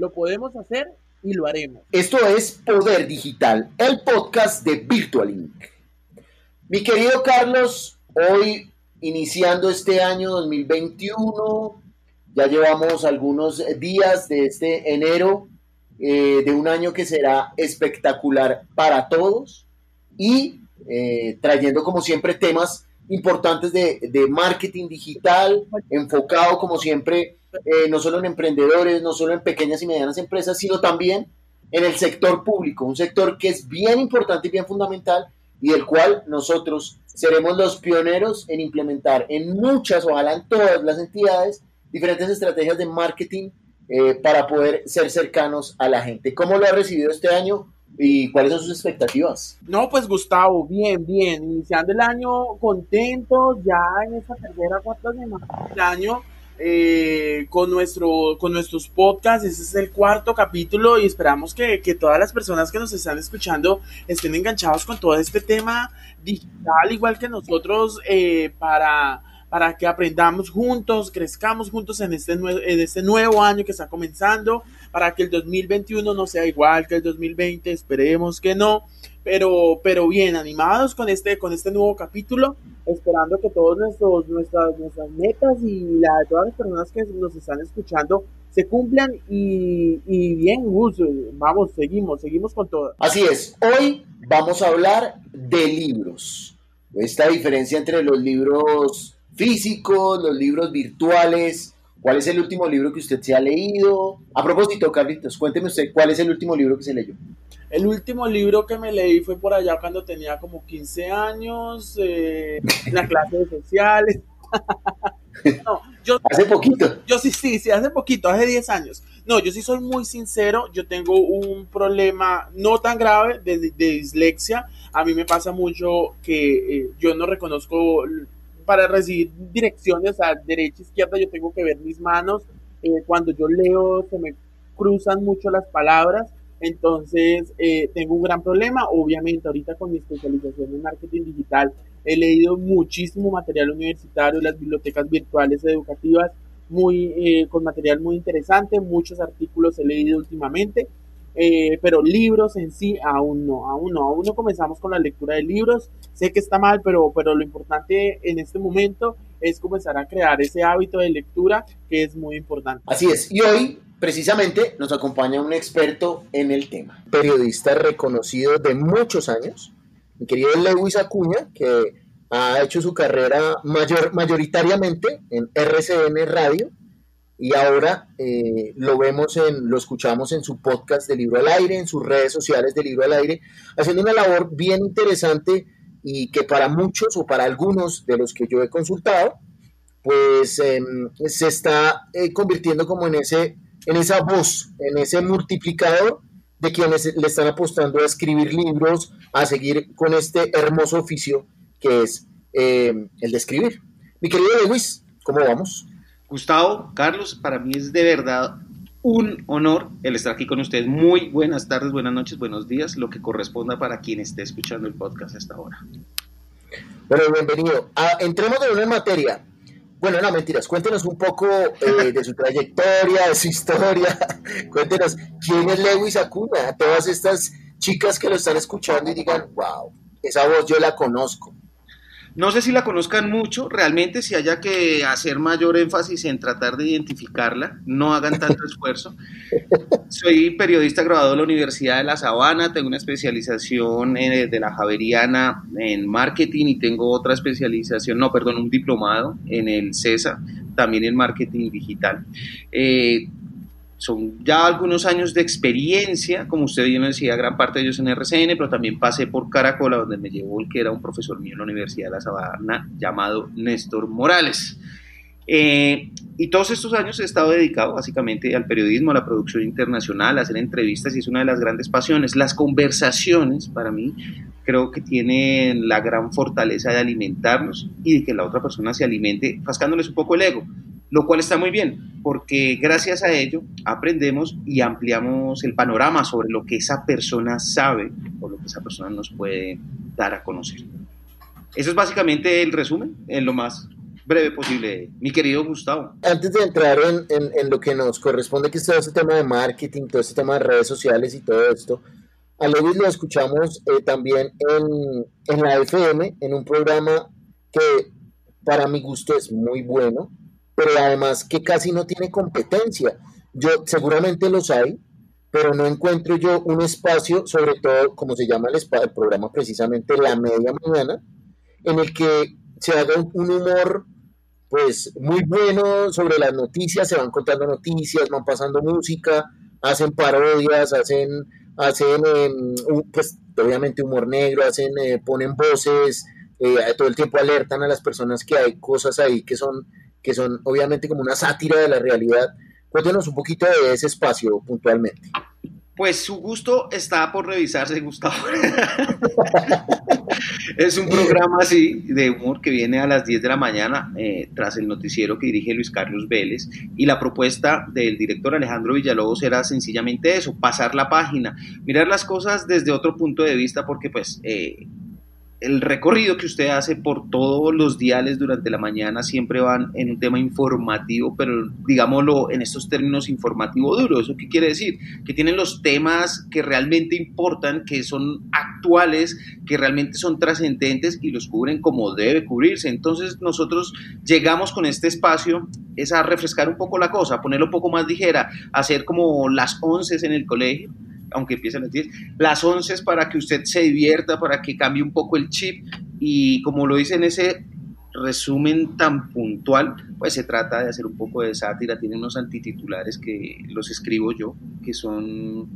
lo podemos hacer y lo haremos. Esto es Poder Digital, el podcast de Virtual Inc. Mi querido Carlos, hoy iniciando este año 2021, ya llevamos algunos días de este enero, de un año que será espectacular para todos y trayendo como siempre temas importantes de marketing digital, enfocado como siempre no solo en emprendedores, no solo en pequeñas y medianas empresas, sino también en el sector público, un sector que es bien importante y bien fundamental y del cual nosotros seremos los pioneros en implementar en muchas, ojalá en todas las entidades, diferentes estrategias de marketing para poder ser cercanos a la gente. ¿Cómo lo ha recibido este año y cuáles son sus expectativas? No, pues Gustavo, bien, iniciando el año contentos, ya en esta tercera, cuarta semana del año, con nuestros podcasts. Este es el cuarto capítulo y esperamos que todas las personas que nos están escuchando estén enganchados con todo este tema digital, igual que nosotros, para que aprendamos juntos, crezcamos juntos en este nuevo año que está comenzando, para que el 2021 no sea igual que el 2020, esperemos que no, pero bien, animados con este nuevo capítulo, esperando que todas nuestras metas y la de todas las personas que nos están escuchando se cumplan y bien, Gus, vamos, seguimos con todo. Así es, hoy vamos a hablar de libros, esta diferencia entre los libros físicos, los libros virtuales. ¿Cuál es el último libro que usted se ha leído? A propósito, Carlitos, cuénteme usted, ¿cuál es el último libro que se leyó? El último libro que me leí fue por allá cuando tenía como 15 años, en la clase de sociales. No, hace poquito. Yo sí, hace poquito, hace 10 años. No, yo sí soy muy sincero, yo tengo un problema no tan grave de dislexia. A mí me pasa mucho que yo no reconozco, para recibir direcciones a derecha, izquierda, yo tengo que ver mis manos. Cuando yo leo se me cruzan mucho las palabras, entonces tengo un gran problema. Obviamente ahorita con mi especialización en marketing digital he leído muchísimo material universitario, las bibliotecas virtuales educativas, con material muy interesante, muchos artículos he leído últimamente, pero libros en sí aún no comenzamos con la lectura de libros. Sé que está mal, pero lo importante en este momento es comenzar a crear ese hábito de lectura que es muy importante. Así es, y hoy precisamente nos acompaña un experto en el tema, periodista reconocido de muchos años, mi querido Lewis Acuña, que ha hecho su carrera mayoritariamente en RCN Radio, y ahora lo escuchamos en su podcast de Libro al Aire, en sus redes sociales de Libro al Aire, haciendo una labor bien interesante y que para muchos o para algunos de los que yo he consultado, pues se está convirtiendo como en esa voz, en ese multiplicador de quienes le están apostando a escribir libros, a seguir con este hermoso oficio que es el de escribir. Mi querido Luis, ¿cómo vamos? Gustavo, Carlos, para mí es de verdad un honor el estar aquí con ustedes. Muy buenas tardes, buenas noches, buenos días, lo que corresponda para quien esté escuchando el podcast hasta ahora. Bueno, bienvenido. Entremos de una en materia. Bueno, no, mentiras. Cuéntenos un poco de su trayectoria, de su historia. Cuéntenos quién es Lewis Acuña. A todas estas chicas que lo están escuchando y digan, wow, esa voz yo la conozco. No sé si la conozcan mucho, realmente si haya que hacer mayor énfasis en tratar de identificarla, no hagan tanto esfuerzo. Soy periodista graduado de la Universidad de La Sabana, tengo una especialización de la Javeriana en marketing y tengo otra especialización, un diplomado en el CESA, también en marketing digital. Son ya algunos años de experiencia, como usted bien decía, gran parte de ellos en RCN, pero también pasé por Caracol, donde me llevó el que era un profesor mío en la Universidad de La Sabana, llamado Néstor Morales. Y todos estos años he estado dedicado básicamente al periodismo, a la producción internacional, a hacer entrevistas, y es una de las grandes pasiones. Las conversaciones, para mí, creo que tienen la gran fortaleza de alimentarnos y de que la otra persona se alimente rascándoles un poco el ego, lo cual está muy bien, porque gracias a ello aprendemos y ampliamos el panorama sobre lo que esa persona sabe o lo que esa persona nos puede dar a conocer. Eso es básicamente el resumen, en lo más breve posible, mi querido Gustavo. Antes de entrar en lo que nos corresponde, que es todo este tema de marketing, todo este tema de redes sociales y todo esto, a Lewis lo escuchamos también en la FM, en un programa que para mi gusto es muy bueno, pero además que casi no tiene competencia. Yo seguramente los hay, pero no encuentro yo un espacio, sobre todo, como se llama el programa precisamente, La Media Mañana, en el que se haga un humor pues muy bueno sobre las noticias, se van contando noticias, van pasando música, hacen parodias, pues obviamente humor negro, ponen voces, todo el tiempo alertan a las personas que hay cosas ahí que son obviamente como una sátira de la realidad. Cuéntenos un poquito de ese espacio puntualmente. Pues su gusto está por revisarse, Gustavo. Es un programa así de humor que viene a las 10 de la mañana tras el noticiero que dirige Luis Carlos Vélez, y la propuesta del director Alejandro Villalobos era sencillamente eso, pasar la página, mirar las cosas desde otro punto de vista, porque pues el recorrido que usted hace por todos los diales durante la mañana siempre van en un tema informativo, pero digámoslo en estos términos, informativo duro. ¿Eso qué quiere decir? Que tienen los temas que realmente importan, que son actuales, que realmente son trascendentes y los cubren como debe cubrirse. Entonces nosotros llegamos con este espacio es a refrescar un poco la cosa, a ponerlo un poco más ligera, a hacer como las 11 en el colegio, aunque empiezan las 10, las 11 para que usted se divierta, para que cambie un poco el chip, y como lo dice en ese resumen tan puntual, pues se trata de hacer un poco de sátira. Tiene unos antititulares que los escribo yo, que son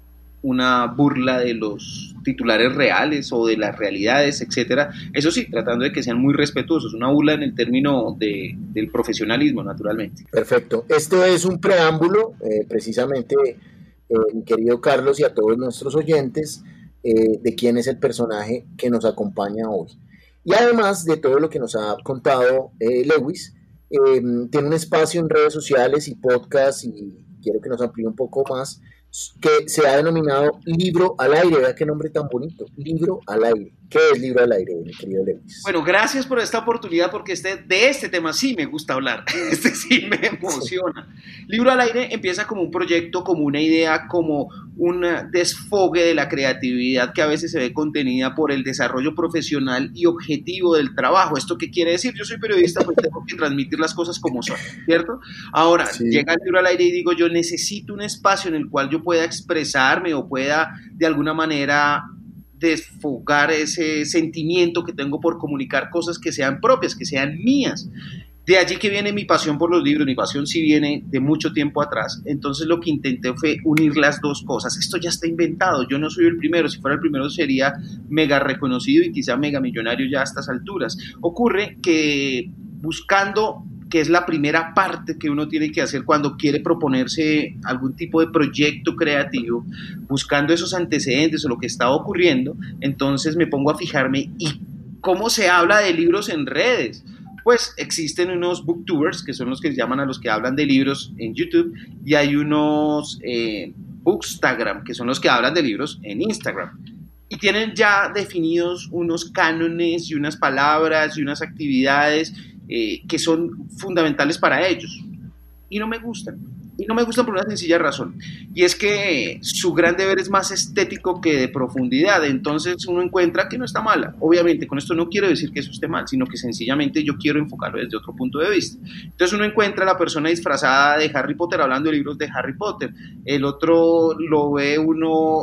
una burla de los titulares reales o de las realidades, etcétera. Eso sí, tratando de que sean muy respetuosos, una burla en el término del profesionalismo, naturalmente. Perfecto. Esto es un preámbulo, precisamente, mi querido Carlos, y a todos nuestros oyentes, de quién es el personaje que nos acompaña hoy. Y además de todo lo que nos ha contado Lewis, tiene un espacio en redes sociales y podcast, y quiero que nos amplíe un poco más, que se ha denominado Libro al Aire. Vea qué nombre tan bonito, Libro al Aire. ¿Qué es Libro al Aire, mi querido Lewis? Bueno, gracias por esta oportunidad, porque de este tema sí me gusta hablar, sí me emociona. Libro al Aire empieza como un proyecto, como una idea, como un desfogue de la creatividad que a veces se ve contenida por el desarrollo profesional y objetivo del trabajo. ¿Esto qué quiere decir? Yo soy periodista, pues tengo que transmitir las cosas como son, ¿cierto? Ahora, sí, llega el Libro al Aire y digo, yo necesito un espacio en el cual yo pueda expresarme o pueda de alguna manera desfogar ese sentimiento que tengo por comunicar cosas que sean propias, que sean mías. De allí que viene mi pasión por los libros. Mi pasión sí viene de mucho tiempo atrás. Entonces lo que intenté fue unir las dos cosas. Esto ya está inventado, yo no soy el primero. Si fuera el primero sería mega reconocido y quizá mega millonario ya a estas alturas. Ocurre que buscando, que es la primera parte que uno tiene que hacer cuando quiere proponerse algún tipo de proyecto creativo, buscando esos antecedentes o lo que está ocurriendo, entonces me pongo a fijarme y cómo se habla de libros en redes. Pues existen unos booktubers, que son los que llaman a los que hablan de libros en YouTube, y hay unos bookstagram, que son los que hablan de libros en Instagram. Y tienen ya definidos unos cánones y unas palabras y unas actividades que son fundamentales para ellos, y no me gustan por una sencilla razón, y es que su gran deber es más estético que de profundidad. Entonces uno encuentra que no está mala. Obviamente con esto no quiero decir que eso esté mal, sino que sencillamente yo quiero enfocarlo desde otro punto de vista. Entonces uno encuentra a la persona disfrazada de Harry Potter hablando de libros de Harry Potter, el otro lo ve uno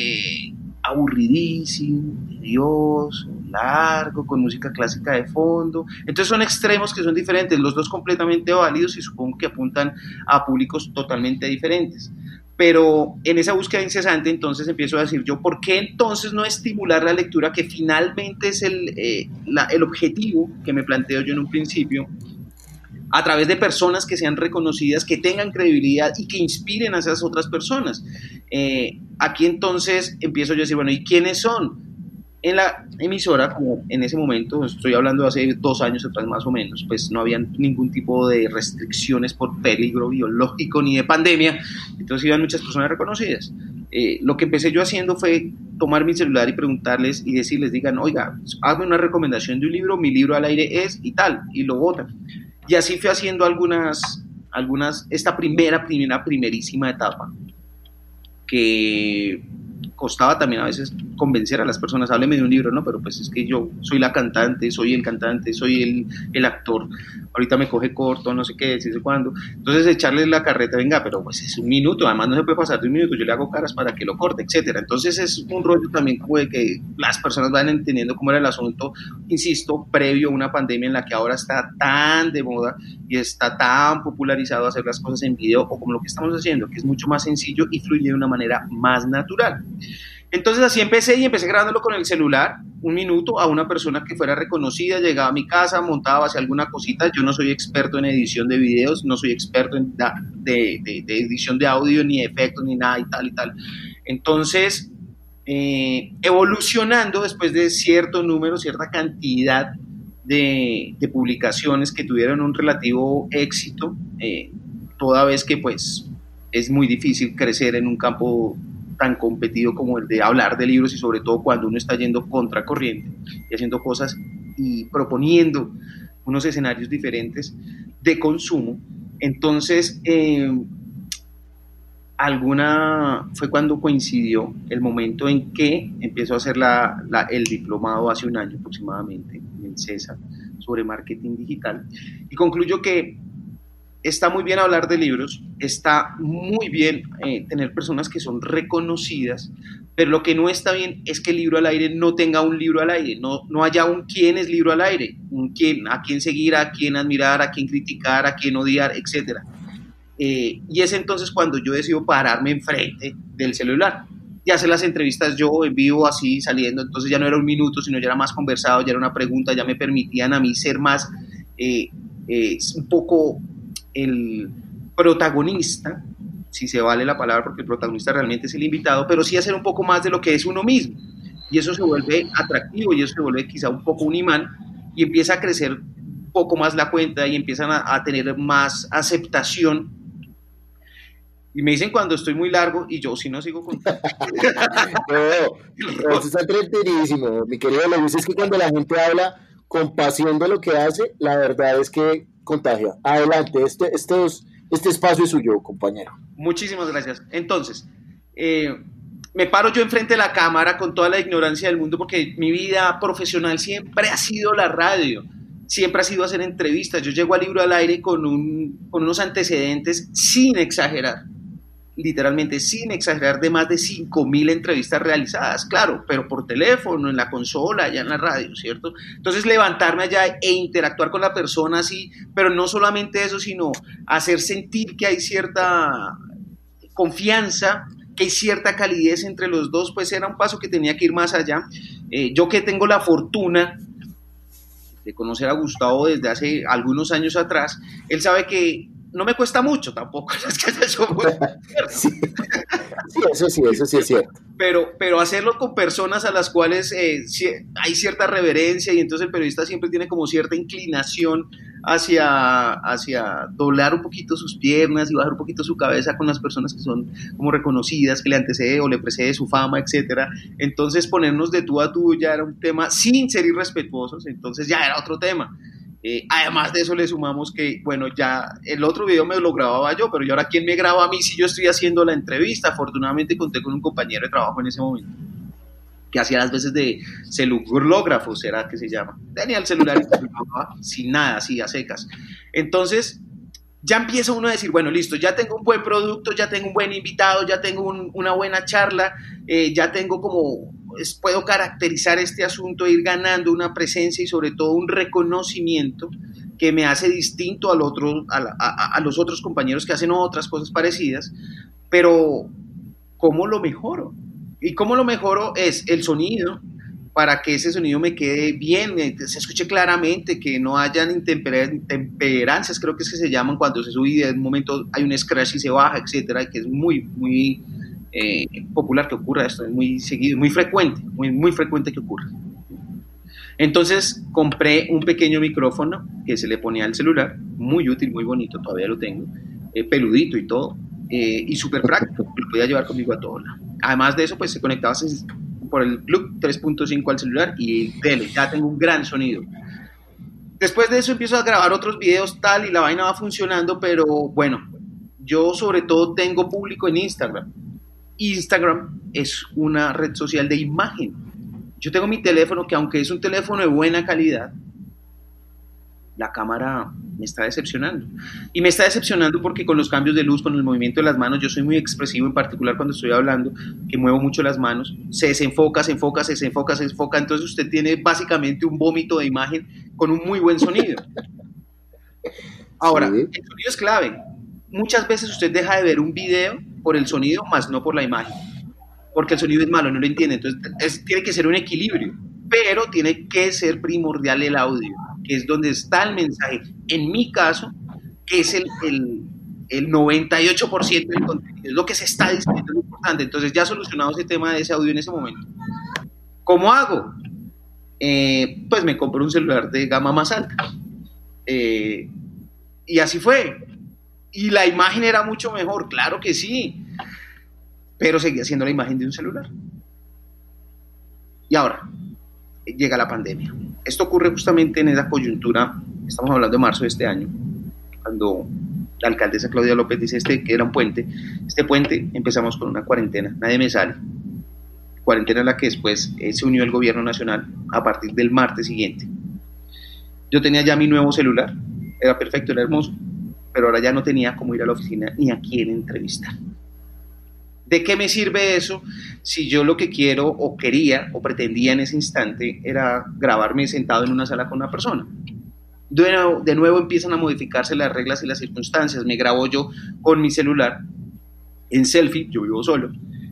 aburridísimo, tedioso, largo, con música clásica de fondo. Entonces son extremos que son diferentes, los dos completamente válidos, y supongo que apuntan a públicos totalmente diferentes. Pero en esa búsqueda incesante, entonces empiezo a decir yo, ¿por qué entonces no estimular la lectura, que finalmente es el objetivo que me planteo yo en un principio, a través de personas que sean reconocidas, que tengan credibilidad y que inspiren a esas otras personas? Aquí entonces empiezo yo a decir, bueno, ¿y quiénes son? En la emisora, como en ese momento, estoy hablando de hace 2 años atrás más o menos, pues no había ningún tipo de restricciones por peligro biológico ni de pandemia, entonces iban muchas personas reconocidas. Lo que empecé yo haciendo fue tomar mi celular y preguntarles y decirles, digan, oiga, hazme una recomendación de un libro, mi libro al aire es y tal, y lo votan. Y así fui haciendo esta primerísima etapa, que costaba también a veces convencer a las personas, hábleme de un libro, no, pero pues es que yo soy la cantante, soy el cantante, soy el actor, ahorita me coge corto, no sé qué, no sé cuándo, entonces echarles la carreta, venga, pero pues es un minuto, además no se puede pasar de un minuto, yo le hago caras para que lo corte, etcétera. Entonces es un rollo también como de que las personas van entendiendo cómo era el asunto, insisto, previo a una pandemia en la que ahora está tan de moda y está tan popularizado hacer las cosas en video o como lo que estamos haciendo, que es mucho más sencillo y fluye de una manera más natural. Entonces así empecé grabándolo con el celular, un minuto, a una persona que fuera reconocida, llegaba a mi casa, montaba, hacía alguna cosita. Yo no soy experto en edición de videos, no soy experto en de edición de audio, ni efectos, ni nada y tal. Entonces, evolucionando después de cierto número, cierta cantidad de publicaciones que tuvieron un relativo éxito, toda vez que pues es muy difícil crecer en un campo tan competido como el de hablar de libros y sobre todo cuando uno está yendo contracorriente y haciendo cosas y proponiendo unos escenarios diferentes de consumo. Entonces, fue cuando coincidió el momento en que empezó a hacer el diplomado hace un año aproximadamente en el CESA sobre marketing digital, y concluyo que está muy bien hablar de libros, está muy bien tener personas que son reconocidas, pero lo que no está bien es que el libro al aire no tenga un libro al aire, no haya un quién es libro al aire, a quién seguir, a quién admirar, a quién criticar, a quién odiar, etc. Y es entonces cuando yo decido pararme enfrente del celular y hacer las entrevistas yo en vivo, así saliendo. Entonces ya no era un minuto, sino ya era más conversado, ya era una pregunta, ya me permitían a mí ser más un poco el protagonista, si se vale la palabra, porque el protagonista realmente es el invitado, pero sí hacer un poco más de lo que es uno mismo, y eso se vuelve atractivo y eso se vuelve quizá un poco un imán y empieza a crecer un poco más la cuenta y empiezan a tener más aceptación. Y me dicen cuando estoy muy largo y yo si no sigo con... No, eso está entretenidísimo, mi querido Luis. Es que cuando la gente habla con pasión de lo que hace, la verdad es que contagia. Adelante, este espacio es suyo, compañero. Muchísimas gracias. Entonces, me paro yo enfrente de la cámara con toda la ignorancia del mundo, porque mi vida profesional siempre ha sido la radio, siempre ha sido hacer entrevistas. Yo llego al libro al aire con unos antecedentes, sin exagerar, literalmente sin exagerar, de más de 5.000 entrevistas realizadas, claro, pero por teléfono, en la consola, allá en la radio, ¿cierto? Entonces levantarme allá e interactuar con la persona así, pero no solamente eso, sino hacer sentir que hay cierta confianza, que hay cierta calidez entre los dos, pues era un paso que tenía que ir más allá. Yo que tengo la fortuna de conocer a Gustavo desde hace algunos años atrás, él sabe que no me cuesta mucho tampoco, es que eso sí, eso sí es cierto. Pero hacerlo con personas a las cuales hay cierta reverencia, y entonces el periodista siempre tiene como cierta inclinación hacia doblar un poquito sus piernas y bajar un poquito su cabeza con las personas que son como reconocidas, que le antecede o le precede su fama, etcétera. Entonces ponernos de tú a tú ya era un tema sin ser irrespetuosos, entonces ya era otro tema. Además de eso le sumamos que, bueno, ya el otro video me lo grababa yo, pero ¿y ahora quién me graba a mí si yo estoy haciendo la entrevista? Afortunadamente conté con un compañero de trabajo en ese momento que hacía las veces de celulógrafo, será que se llama. Tenía el celular y sin nada, así a secas. Entonces ya empieza uno a decir, bueno, listo, ya tengo un buen producto, ya tengo un buen invitado, ya tengo una buena charla, ya tengo puedo caracterizar este asunto, ir ganando una presencia y sobre todo un reconocimiento que me hace distinto a los otros compañeros que hacen otras cosas parecidas. Pero ¿cómo lo mejoro? Y cómo lo mejoro es el sonido, para que ese sonido me quede bien, se escuche claramente, que no hayan intemperancias, creo que es que se llaman cuando se sube y de un momento hay un scratch y se baja, etcétera, que es muy, muy popular que ocurra esto, es muy seguido, muy frecuente, muy frecuente que ocurra. Entonces compré un pequeño micrófono que se le ponía al celular, muy útil, muy bonito, todavía lo tengo, peludito y todo, y súper práctico, lo podía llevar conmigo a todo lado. Además de eso, pues se conectaba por el plug 3.5 al celular y dele, ya tengo un gran sonido. Después de eso empiezo a grabar otros videos tal y la vaina va funcionando, pero bueno, yo sobre todo tengo público en Instagram. Instagram es una red social de imagen. Yo tengo mi teléfono que aunque es un teléfono de buena calidad, la cámara me está decepcionando. Y me está decepcionando porque con los cambios de luz, con el movimiento de las manos, yo soy muy expresivo, en particular cuando estoy hablando, que muevo mucho las manos, se desenfoca, entonces usted tiene básicamente un vómito de imagen con un muy buen sonido. Ahora, sí. El sonido es clave. Muchas veces usted deja de ver un video por el sonido, más no por la imagen, porque el sonido es malo, no lo entiende. Entonces tiene que ser un equilibrio, pero tiene que ser primordial el audio, que es donde está el mensaje. En mi caso, que es el 98% del contenido, es lo que se está diciendo, es lo importante. Entonces ya solucionado ese tema de ese audio en ese momento. ¿Cómo hago? Pues me compré un celular de gama más alta. Y así fue. Y la imagen era mucho mejor, claro que sí, pero seguía siendo la imagen de un celular. Y ahora llega la pandemia. Esto ocurre justamente en esa coyuntura, estamos hablando de marzo de este año, cuando la alcaldesa Claudia López dice que era un puente. Este puente empezamos con una cuarentena, nadie me sale. Cuarentena en la que después se unió el gobierno nacional a partir del martes siguiente. Yo tenía ya mi nuevo celular, era perfecto, era hermoso, pero ahora ya no tenía cómo ir a la oficina ni a quién entrevistar. ¿De qué me sirve eso si yo lo que quiero o quería o pretendía en ese instante era grabarme sentado en una sala con una persona? De nuevo empiezan a modificarse las reglas y las circunstancias. Me grabo yo con mi celular en selfie, yo vivo solo,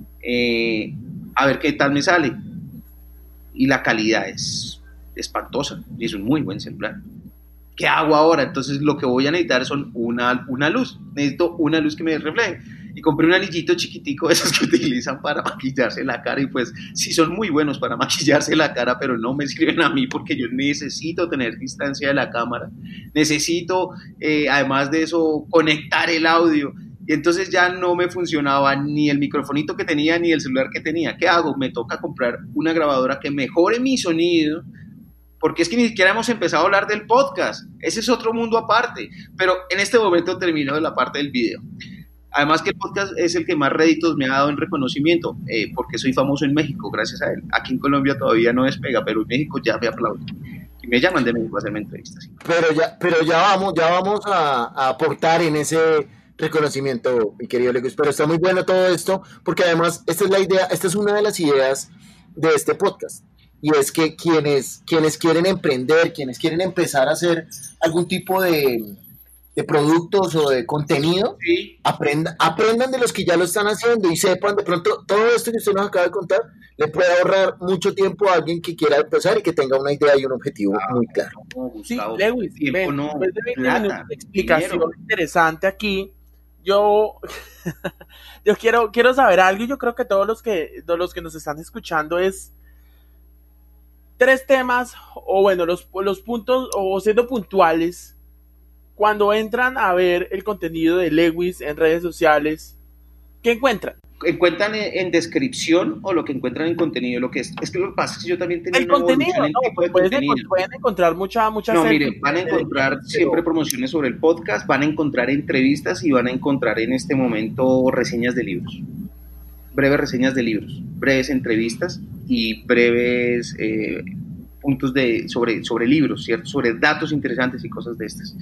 a ver qué tal me sale. Y la calidad es espantosa y es un muy buen celular. ¿Qué hago ahora? Entonces lo que voy a necesitar son una luz. Necesito una luz que me refleje. Y compré un anillito chiquitico, esos que utilizan para maquillarse la cara, y pues sí son muy buenos para maquillarse la cara, pero no me sirven a mí porque yo necesito tener distancia de la cámara. Necesito, además de eso, conectar el audio. Y entonces ya no me funcionaba ni el microfonito que tenía ni el celular que tenía. ¿Qué hago? Me toca comprar una grabadora que mejore mi sonido, porque es que ni siquiera hemos empezado a hablar del podcast. Ese es otro mundo aparte, pero en este momento termino de la parte del video. Además que el podcast es el que más réditos me ha dado en reconocimiento, porque soy famoso en México gracias a él. Aquí en Colombia todavía no despega, pero en México ya me aplauden. Y me llaman de México a hacerme entrevistas. Pero ya vamos a aportar en ese reconocimiento, mi querido Lewis. Pero está muy bueno todo esto, porque además esta es la idea, esta es una de las ideas de este podcast. Y es que quienes quieren emprender, quienes quieren empezar a hacer algún tipo de productos o de contenido, sí, aprendan de los que ya lo están haciendo y sepan de pronto todo esto que usted nos acaba de contar le puede ahorrar mucho tiempo a alguien que quiera empezar y que tenga una idea y un objetivo muy claro. Sí, Lewis, después de 20 minutos de explicación interesante aquí, yo quiero saber algo, y yo creo que todos los que nos están escuchando es 3 temas, o bueno, los puntos, o siendo puntuales, cuando entran a ver el contenido de Lewis en redes sociales, ¿qué encuentran? ¿Encuentran en descripción o lo que encuentran en contenido? Lo que es que lo que pasa es que yo también tengo el contenido, pueden encontrar mucha no, miren, van a encontrar siempre promociones sobre el podcast, van a encontrar entrevistas y van a encontrar en este momento reseñas de libros, breves reseñas de libros, breves entrevistas y breves puntos sobre libros, ¿cierto? Sobre datos interesantes y cosas de estas.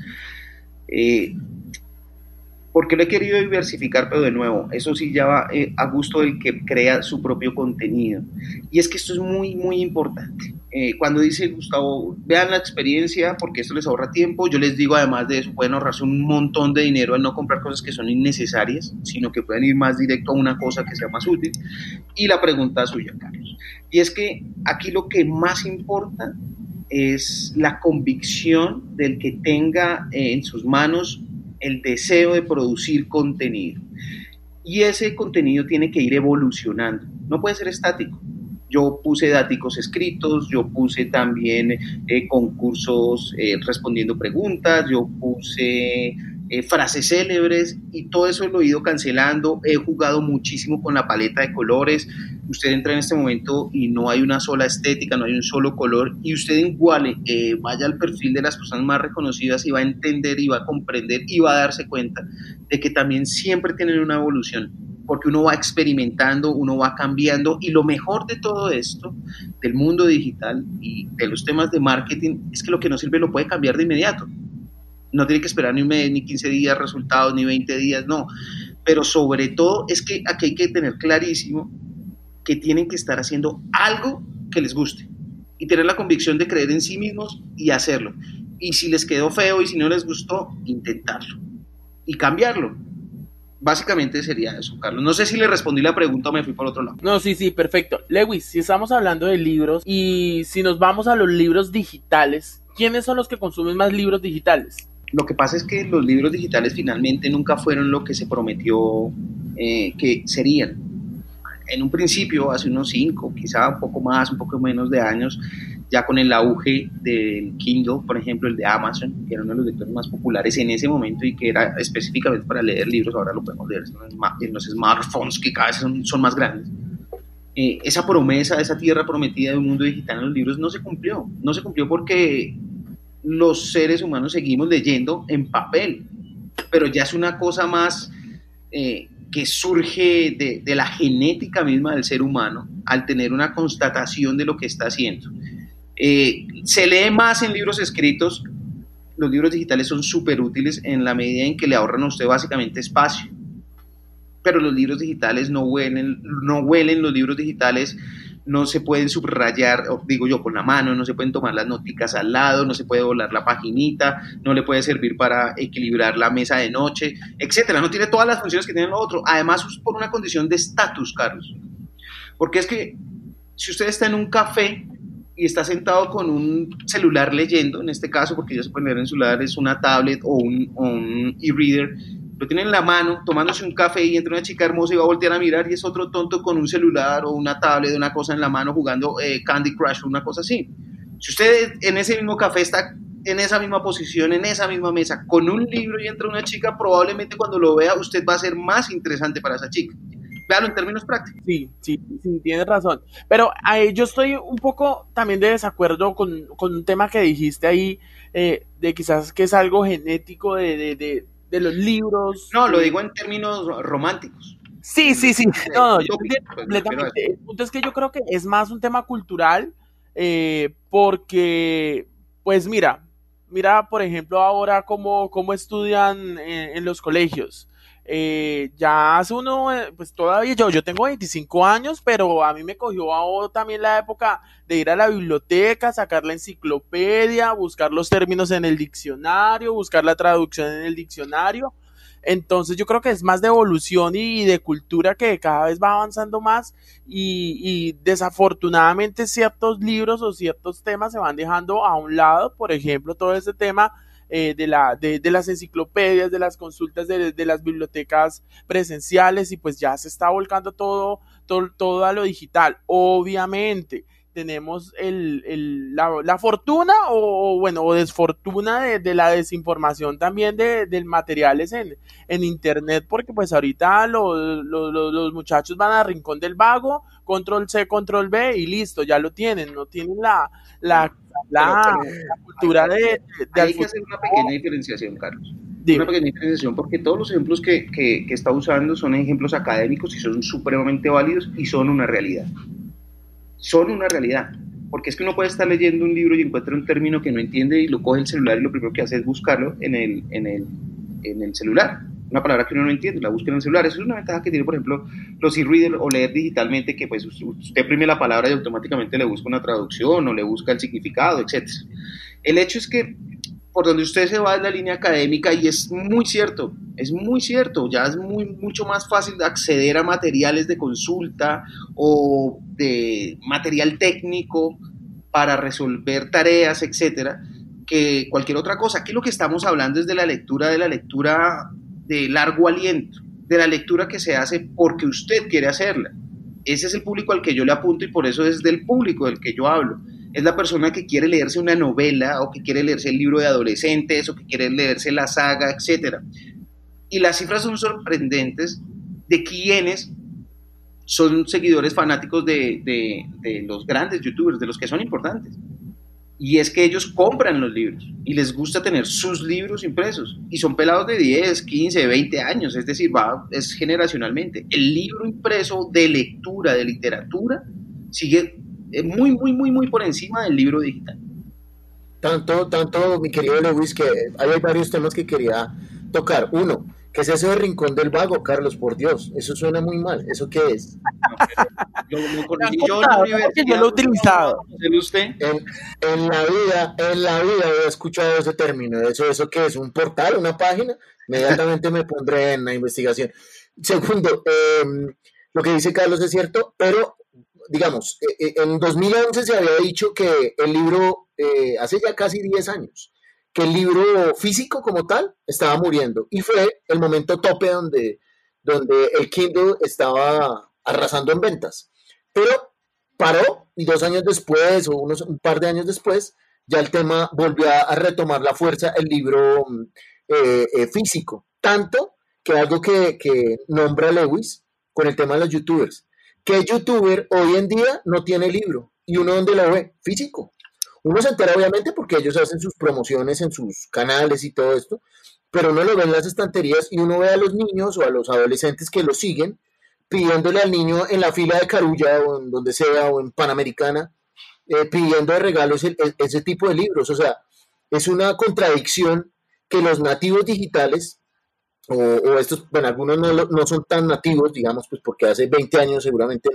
Porque lo he querido diversificar, pero de nuevo, eso sí ya va a gusto del que crea su propio contenido. Y es que esto es muy, muy importante. Cuando dice Gustavo, vean la experiencia porque esto les ahorra tiempo, yo les digo además de eso, pueden ahorrarse un montón de dinero al no comprar cosas que son innecesarias, sino que pueden ir más directo a una cosa que sea más útil. Y la pregunta suya, Carlos. Y es que aquí lo que más importa es la convicción del que tenga en sus manos el deseo de producir contenido. Y ese contenido tiene que ir evolucionando, no puede ser estático. Yo puse daticos escritos, yo puse también concursos respondiendo preguntas, yo puse frases célebres, y todo eso lo he ido cancelando. He jugado muchísimo con la paleta de colores. Usted entra en este momento y no hay una sola estética, no hay un solo color, y usted igual vaya al perfil de las personas más reconocidas y va a entender y va a comprender y va a darse cuenta de que también siempre tienen una evolución, porque uno va experimentando, uno va cambiando, y lo mejor de todo esto, del mundo digital y de los temas de marketing, es que lo que no sirve lo puede cambiar de inmediato. No tiene que esperar ni un mes, ni 15 días resultados, ni 20 días, no. Pero sobre todo es que aquí hay que tener clarísimo que tienen que estar haciendo algo que les guste y tener la convicción de creer en sí mismos y hacerlo. Y si les quedó feo y si no les gustó, intentarlo y cambiarlo. Básicamente sería eso, Carlos. No sé si le respondí la pregunta o me fui por otro lado. No, sí, perfecto. Lewis, si estamos hablando de libros y si nos vamos a los libros digitales, ¿quiénes son los que consumen más libros digitales? Lo que pasa es que los libros digitales finalmente nunca fueron lo que se prometió que serían. En un principio, hace unos 5, quizá un poco más, un poco menos de años, ya con el auge del Kindle, por ejemplo, el de Amazon, que era uno de los lectores más populares en ese momento y que era específicamente para leer libros, ahora lo podemos leer en los smartphones, que cada vez son más grandes. Esa promesa, esa tierra prometida de un mundo digital en los libros no se cumplió porque los seres humanos seguimos leyendo en papel, pero ya es una cosa más que surge de la genética misma del ser humano al tener una constatación de lo que está haciendo. Se lee más en libros escritos. Los libros digitales son súper útiles en la medida en que le ahorran a usted básicamente espacio, pero los libros digitales no huelen, los libros digitales no se pueden subrayar, digo yo, con la mano, no se pueden tomar las noticas al lado, no se puede volar la paginita, no le puede servir para equilibrar la mesa de noche, etcétera. No tiene todas las funciones que tiene lo otro. Además, es por una condición de estatus, Carlos. Porque es que si usted está en un café y está sentado con un celular leyendo, en este caso, porque ya se puede leer en celular, es una tablet o un e-reader, lo tiene en la mano, tomándose un café, y entra una chica hermosa y va a voltear a mirar y es otro tonto con un celular o una tablet, una cosa en la mano, jugando Candy Crush o una cosa así. Si usted en ese mismo café está en esa misma posición, en esa misma mesa, con un libro y entra una chica, probablemente cuando lo vea usted va a ser más interesante para esa chica. Claro, en términos prácticos. Sí, tienes razón. Pero yo estoy un poco también de desacuerdo con un tema que dijiste ahí, de quizás que es algo genético de los libros. No, lo digo en términos románticos. Sí. No, yo entiendo completamente. El punto es que yo creo que es más un tema cultural, porque, pues mira, por ejemplo, ahora cómo estudian en los colegios. Ya hace uno, pues todavía yo tengo 25 años, pero a mí me cogió ahora también la época de ir a la biblioteca, sacar la enciclopedia, buscar los términos en el diccionario, buscar la traducción en el diccionario. Entonces yo creo que es más de evolución y de cultura, que cada vez va avanzando más, y desafortunadamente ciertos libros o ciertos temas se van dejando a un lado. Por ejemplo, todo ese tema de las enciclopedias, de las consultas de las bibliotecas presenciales, y pues ya se está volcando todo a lo digital. Obviamente tenemos la fortuna o desfortuna de la desinformación también de materiales en internet, porque pues ahorita los muchachos van a Rincón del Vago, control C, control V y listo, ya lo tienen, no tienen la cultura de hay que hacer una pequeña diferenciación, Carlos. Dime. Una pequeña diferenciación, porque todos los ejemplos que está usando son ejemplos académicos y son supremamente válidos y son una realidad. Son una realidad, porque es que uno puede estar leyendo un libro y encuentra un término que no entiende y lo coge el celular y lo primero que hace es buscarlo en el celular. Una palabra que uno no entiende, la busca en el celular. Eso es una ventaja que tiene, por ejemplo, los e-reader o leer digitalmente, que pues usted oprime la palabra y automáticamente le busca una traducción o le busca el significado, etc. El hecho es que por donde usted se va es la línea académica, y es muy cierto, ya es mucho más fácil acceder a materiales de consulta o de material técnico para resolver tareas, etcétera, que cualquier otra cosa. Aquí lo que estamos hablando es de la lectura de largo aliento, de la lectura que se hace porque usted quiere hacerla. Ese es el público al que yo le apunto y por eso es del público del que yo hablo. es la persona que quiere leerse una novela o que quiere leerse el libro de adolescentes o que quiere leerse la saga, etc. Y las cifras son sorprendentes de quienes son seguidores fanáticos de los grandes youtubers, de los que son importantes. Y es que ellos compran los libros y les gusta tener sus libros impresos. Y son pelados de 10, 15, 20 años, es decir, es generacionalmente. El libro impreso de lectura, de literatura, sigue muy, muy, muy, muy por encima del libro digital. Tanto, mi querido Lewis, que hay varios temas que quería tocar. Uno, ¿qué es eso de Rincón del Vago, Carlos? Por Dios, eso suena muy mal. ¿Eso qué es? Yo lo he utilizado. ¿Usted? En la vida he escuchado ese término. ¿Eso qué es? ¿Un portal? ¿Una página? Inmediatamente me pondré en la investigación. Segundo, lo que dice Carlos es cierto, pero digamos, en 2011 se había dicho que el libro, hace ya casi 10 años, que el libro físico como tal estaba muriendo, y fue el momento tope donde el Kindle estaba arrasando en ventas, pero paró, y 2 años después, o un par de años después, ya el tema volvió a retomar la fuerza, el libro físico, tanto que algo que nombra Lewis con el tema de los youtubers. ¿Qué youtuber hoy en día no tiene libro? ¿Y uno dónde lo ve? Físico. Uno se entera obviamente porque ellos hacen sus promociones en sus canales y todo esto, pero uno lo ve en las estanterías y uno ve a los niños o a los adolescentes que lo siguen pidiéndole al niño en la fila de Carulla o en donde sea o en Panamericana, pidiendo de regalos ese tipo de libros. O sea, es una contradicción que los nativos digitales o estos, bueno, algunos no son tan nativos, digamos, pues porque hace 20 años seguramente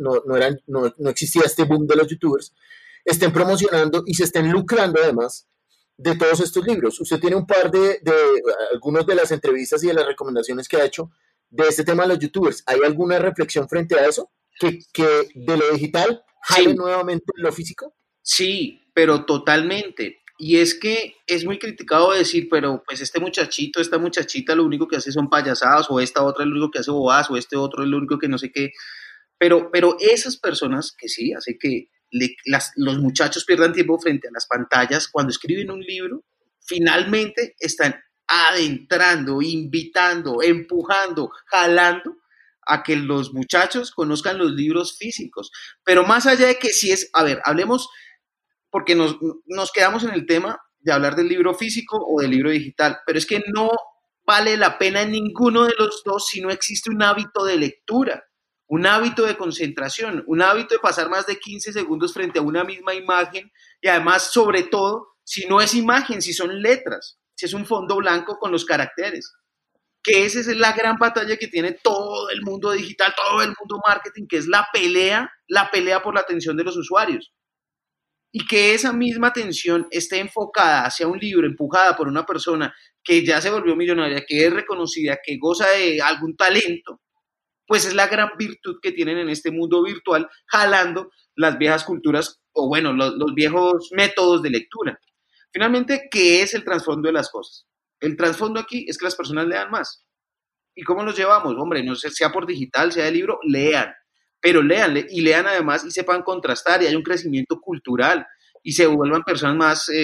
no existía este boom de los youtubers, estén promocionando y se estén lucrando además de todos estos libros. Usted tiene un par de algunas de las entrevistas y de las recomendaciones que ha hecho de este tema de los youtubers. ¿Hay alguna reflexión frente a eso? ¿Que de lo digital jale nuevamente lo físico? Sí, pero totalmente. Y es que es muy criticado decir, pero pues este muchachito, esta muchachita lo único que hace son payasadas, o esta otra es lo único que hace bobadas, o este otro es lo único que no sé qué. Pero esas personas que sí, hace que los muchachos pierdan tiempo frente a las pantallas cuando escriben un libro, finalmente están adentrando, invitando, empujando, jalando a que los muchachos conozcan los libros físicos. Pero más allá de que si es, a ver, hablemos, porque nos quedamos en el tema de hablar del libro físico o del libro digital, pero es que no vale la pena en ninguno de los dos si no existe un hábito de lectura, un hábito de concentración, un hábito de pasar más de 15 segundos frente a una misma imagen y además, sobre todo, si no es imagen, si son letras, si es un fondo blanco con los caracteres, que esa es la gran batalla que tiene todo el mundo digital, todo el mundo marketing, que es la pelea por la atención de los usuarios. Y que esa misma atención esté enfocada hacia un libro, empujada por una persona que ya se volvió millonaria, que es reconocida, que goza de algún talento, pues es la gran virtud que tienen en este mundo virtual, jalando las viejas culturas, o bueno, los viejos métodos de lectura. Finalmente, ¿qué es el trasfondo de las cosas? El trasfondo aquí es que las personas lean más. ¿Y cómo los llevamos? Hombre, no sé, sea por digital, sea de libro, lean. Pero léanle y lean además y sepan contrastar y hay un crecimiento cultural y se vuelvan personas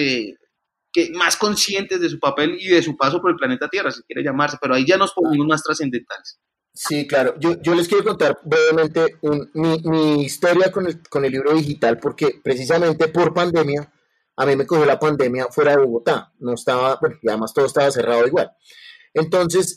más conscientes de su papel y de su paso por el planeta Tierra, si quiere llamarse, pero ahí ya nos ponemos más trascendentales. Sí, claro. Yo les quiero contar brevemente mi historia con el libro digital, porque precisamente por pandemia, a mí me cogió la pandemia fuera de Bogotá. No estaba, bueno, y además todo estaba cerrado igual. Entonces,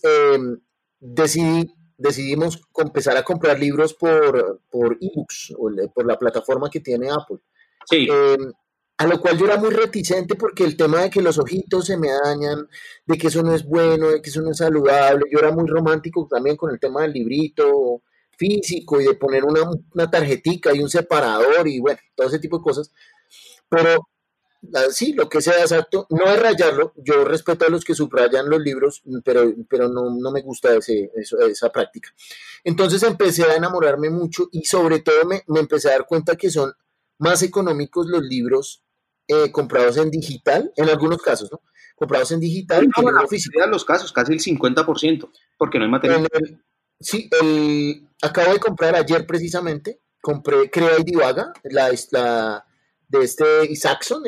decidimos empezar a comprar libros por ebooks, o por la plataforma que tiene Apple. Sí. A lo cual yo era muy reticente porque el tema de que los ojitos se me dañan, de que eso no es bueno, de que eso no es saludable, yo era muy romántico también con el tema del librito físico y de poner una tarjetica y un separador y bueno, todo ese tipo de cosas. Pero sí, lo que sea exacto, no es rayarlo, yo respeto a los que subrayan los libros, pero no me gusta esa práctica. Entonces empecé a enamorarme mucho y sobre todo me empecé a dar cuenta que son más económicos los libros comprados en digital, en algunos casos, ¿no? Comprados en digital que en libro físico. En los casos, casi el 50%, porque no hay material. Acabo de comprar ayer precisamente, compré Crea y Divaga, la de este Isaacson,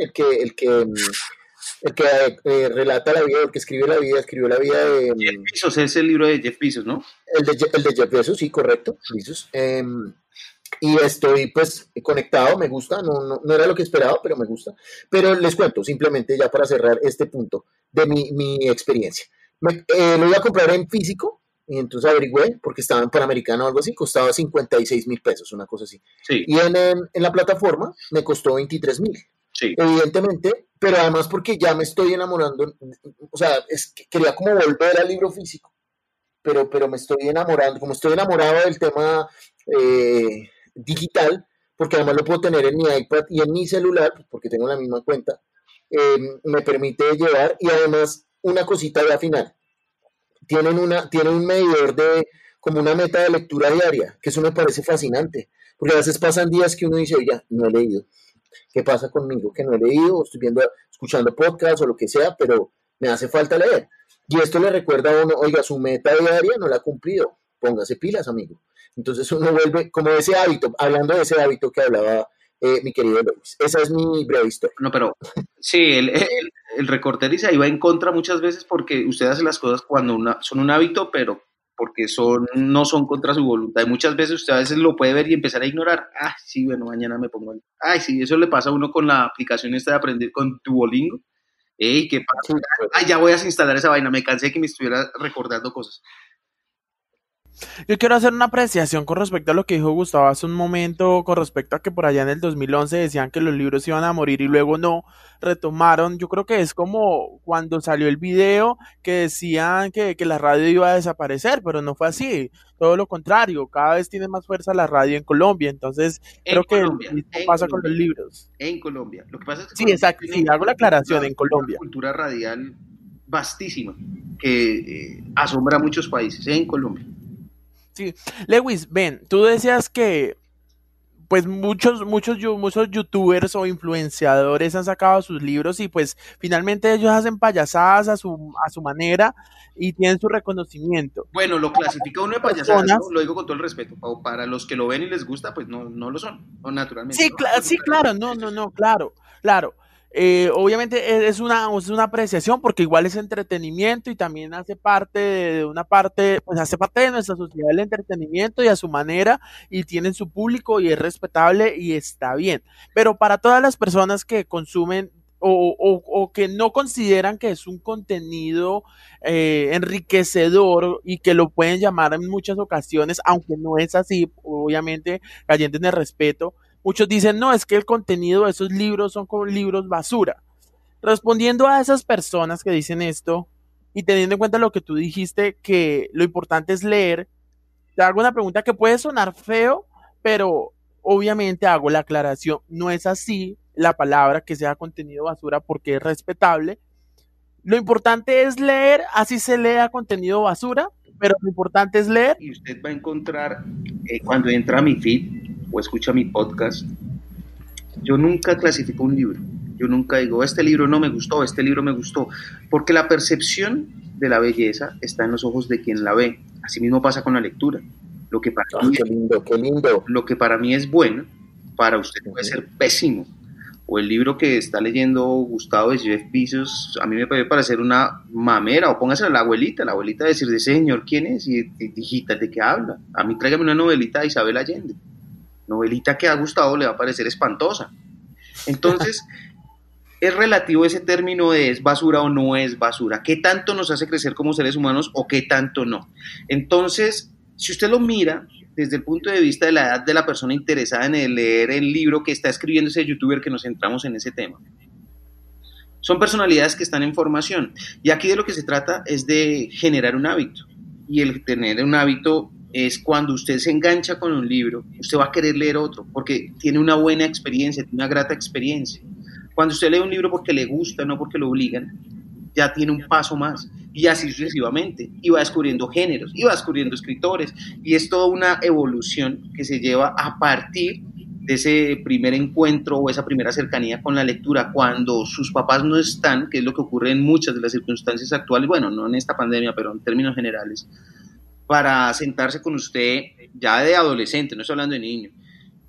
el que relata la vida, el que escribió la vida de... Jeff Bezos, es el libro de Jeff Bezos, ¿no? El de Jeff Bezos, sí, correcto, Bezos. Y estoy pues conectado, me gusta, no era lo que esperaba, pero me gusta. Pero les cuento, simplemente ya para cerrar este punto de mi experiencia. Lo iba a comprar en físico, y entonces averigüé, porque estaba en Panamericano o algo así, costaba 56,000 pesos, una cosa así. Sí. Y en la plataforma me costó 23,000. Sí. Evidentemente, pero además porque ya me estoy enamorando, o sea, es que quería como volver al libro físico, pero me estoy enamorando, como estoy enamorado del tema digital, porque además lo puedo tener en mi iPad y en mi celular, porque tengo la misma cuenta, me permite llevar, y además una cosita ya final, tienen un medidor de como una meta de lectura diaria, que eso me parece fascinante, porque a veces pasan días que uno dice, oiga, no he leído, ¿qué pasa conmigo? Que no he leído, estoy escuchando podcasts o lo que sea, pero me hace falta leer. Y esto le recuerda a uno, oiga, su meta diaria no la ha cumplido, póngase pilas, amigo. Entonces uno vuelve como ese hábito, hablando de ese hábito que hablaba mi querido Lewis. Esa es mi breve historia. No, pero sí, el recorteriza ahí va en contra muchas veces porque usted hace las cosas cuando son un hábito, pero porque no son contra su voluntad. Y muchas veces usted a veces lo puede ver y empezar a ignorar. Ah, sí, bueno, mañana me pongo. Ay, sí, eso le pasa a uno con la aplicación esta de aprender con Duolingo. Ey, ¿qué pasa? Ay, ya voy a desinstalar esa vaina, me cansé de que me estuviera recordando cosas. Yo quiero hacer una apreciación con respecto a lo que dijo Gustavo hace un momento, con respecto a que por allá en el 2011 decían que los libros iban a morir y luego no retomaron. Yo creo que es como cuando salió el video que decían que la radio iba a desaparecer, pero no fue así. Todo lo contrario, cada vez tiene más fuerza la radio en Colombia, entonces creo que lo mismo pasa con los libros. En Colombia. Lo que pasa es que sí, exacto, sí, hago la aclaración, en Colombia. Una cultura radial vastísima que asombra a muchos países, en Colombia. Sí, Lewis, ven, tú decías que pues muchos youtubers o influenciadores han sacado sus libros y pues finalmente ellos hacen payasadas a su manera y tienen su reconocimiento. Bueno, lo clasifica uno de payasadas, ¿no? Lo digo con todo el respeto. O para los que lo ven y les gusta, pues no lo son, o naturalmente. Sí, sí, claro, claro. Obviamente es una apreciación porque igual es entretenimiento y también hace parte de una parte, pues hace parte de nuestra sociedad el entretenimiento y a su manera y tienen su público y es respetable y está bien. Pero para todas las personas que consumen o que no consideran que es un contenido enriquecedor y que lo pueden llamar en muchas ocasiones, aunque no es así, obviamente cayendo en el respeto, muchos dicen, no, es que el contenido de esos libros son como libros basura. Respondiendo a esas personas que dicen esto y teniendo en cuenta lo que tú dijiste, que lo importante es leer, te hago una pregunta que puede sonar feo, pero obviamente hago la aclaración, no es así la palabra que sea contenido basura porque es respetable. Lo importante es leer, así se lea contenido basura, pero lo importante es leer. Y usted va a encontrar, cuando entra a mi feed o escucha mi podcast, yo nunca clasifico un libro. Yo nunca digo, este libro no me gustó, este libro me gustó, porque la percepción de la belleza está en los ojos de quien la ve. Así mismo pasa con la lectura. Lo que para mí, qué lindo. Lo que para mí es bueno, para usted puede ser pésimo. O el libro que está leyendo Gustavo de Jeff Bezos, a mí me puede parecer una mamera, o póngase a la abuelita decir, de señor, ¿quién es? Y hijita, ¿de qué habla? A mí tráigame una novelita de Isabel Allende. Novelita que a Gustavo le va a parecer espantosa. Entonces, es relativo ese término de es basura o no es basura. ¿Qué tanto nos hace crecer como seres humanos o qué tanto no? Entonces, si usted lo mira desde el punto de vista de la edad de la persona interesada en leer el libro que está escribiendo ese youtuber, que nos centramos en ese tema, son personalidades que están en formación. Y aquí de lo que se trata es de generar un hábito. Y el tener un hábito es cuando usted se engancha con un libro, usted va a querer leer otro, porque tiene una buena experiencia, tiene una grata experiencia. Cuando usted lee un libro porque le gusta, no porque lo obligan, ya tiene un paso más, y así sucesivamente, y va descubriendo géneros, y va descubriendo escritores, y es toda una evolución que se lleva a partir de ese primer encuentro o esa primera cercanía con la lectura, cuando sus papás no están, que es lo que ocurre en muchas de las circunstancias actuales, bueno, no en esta pandemia, pero en términos generales, para sentarse con usted ya de adolescente, no estoy hablando de niño,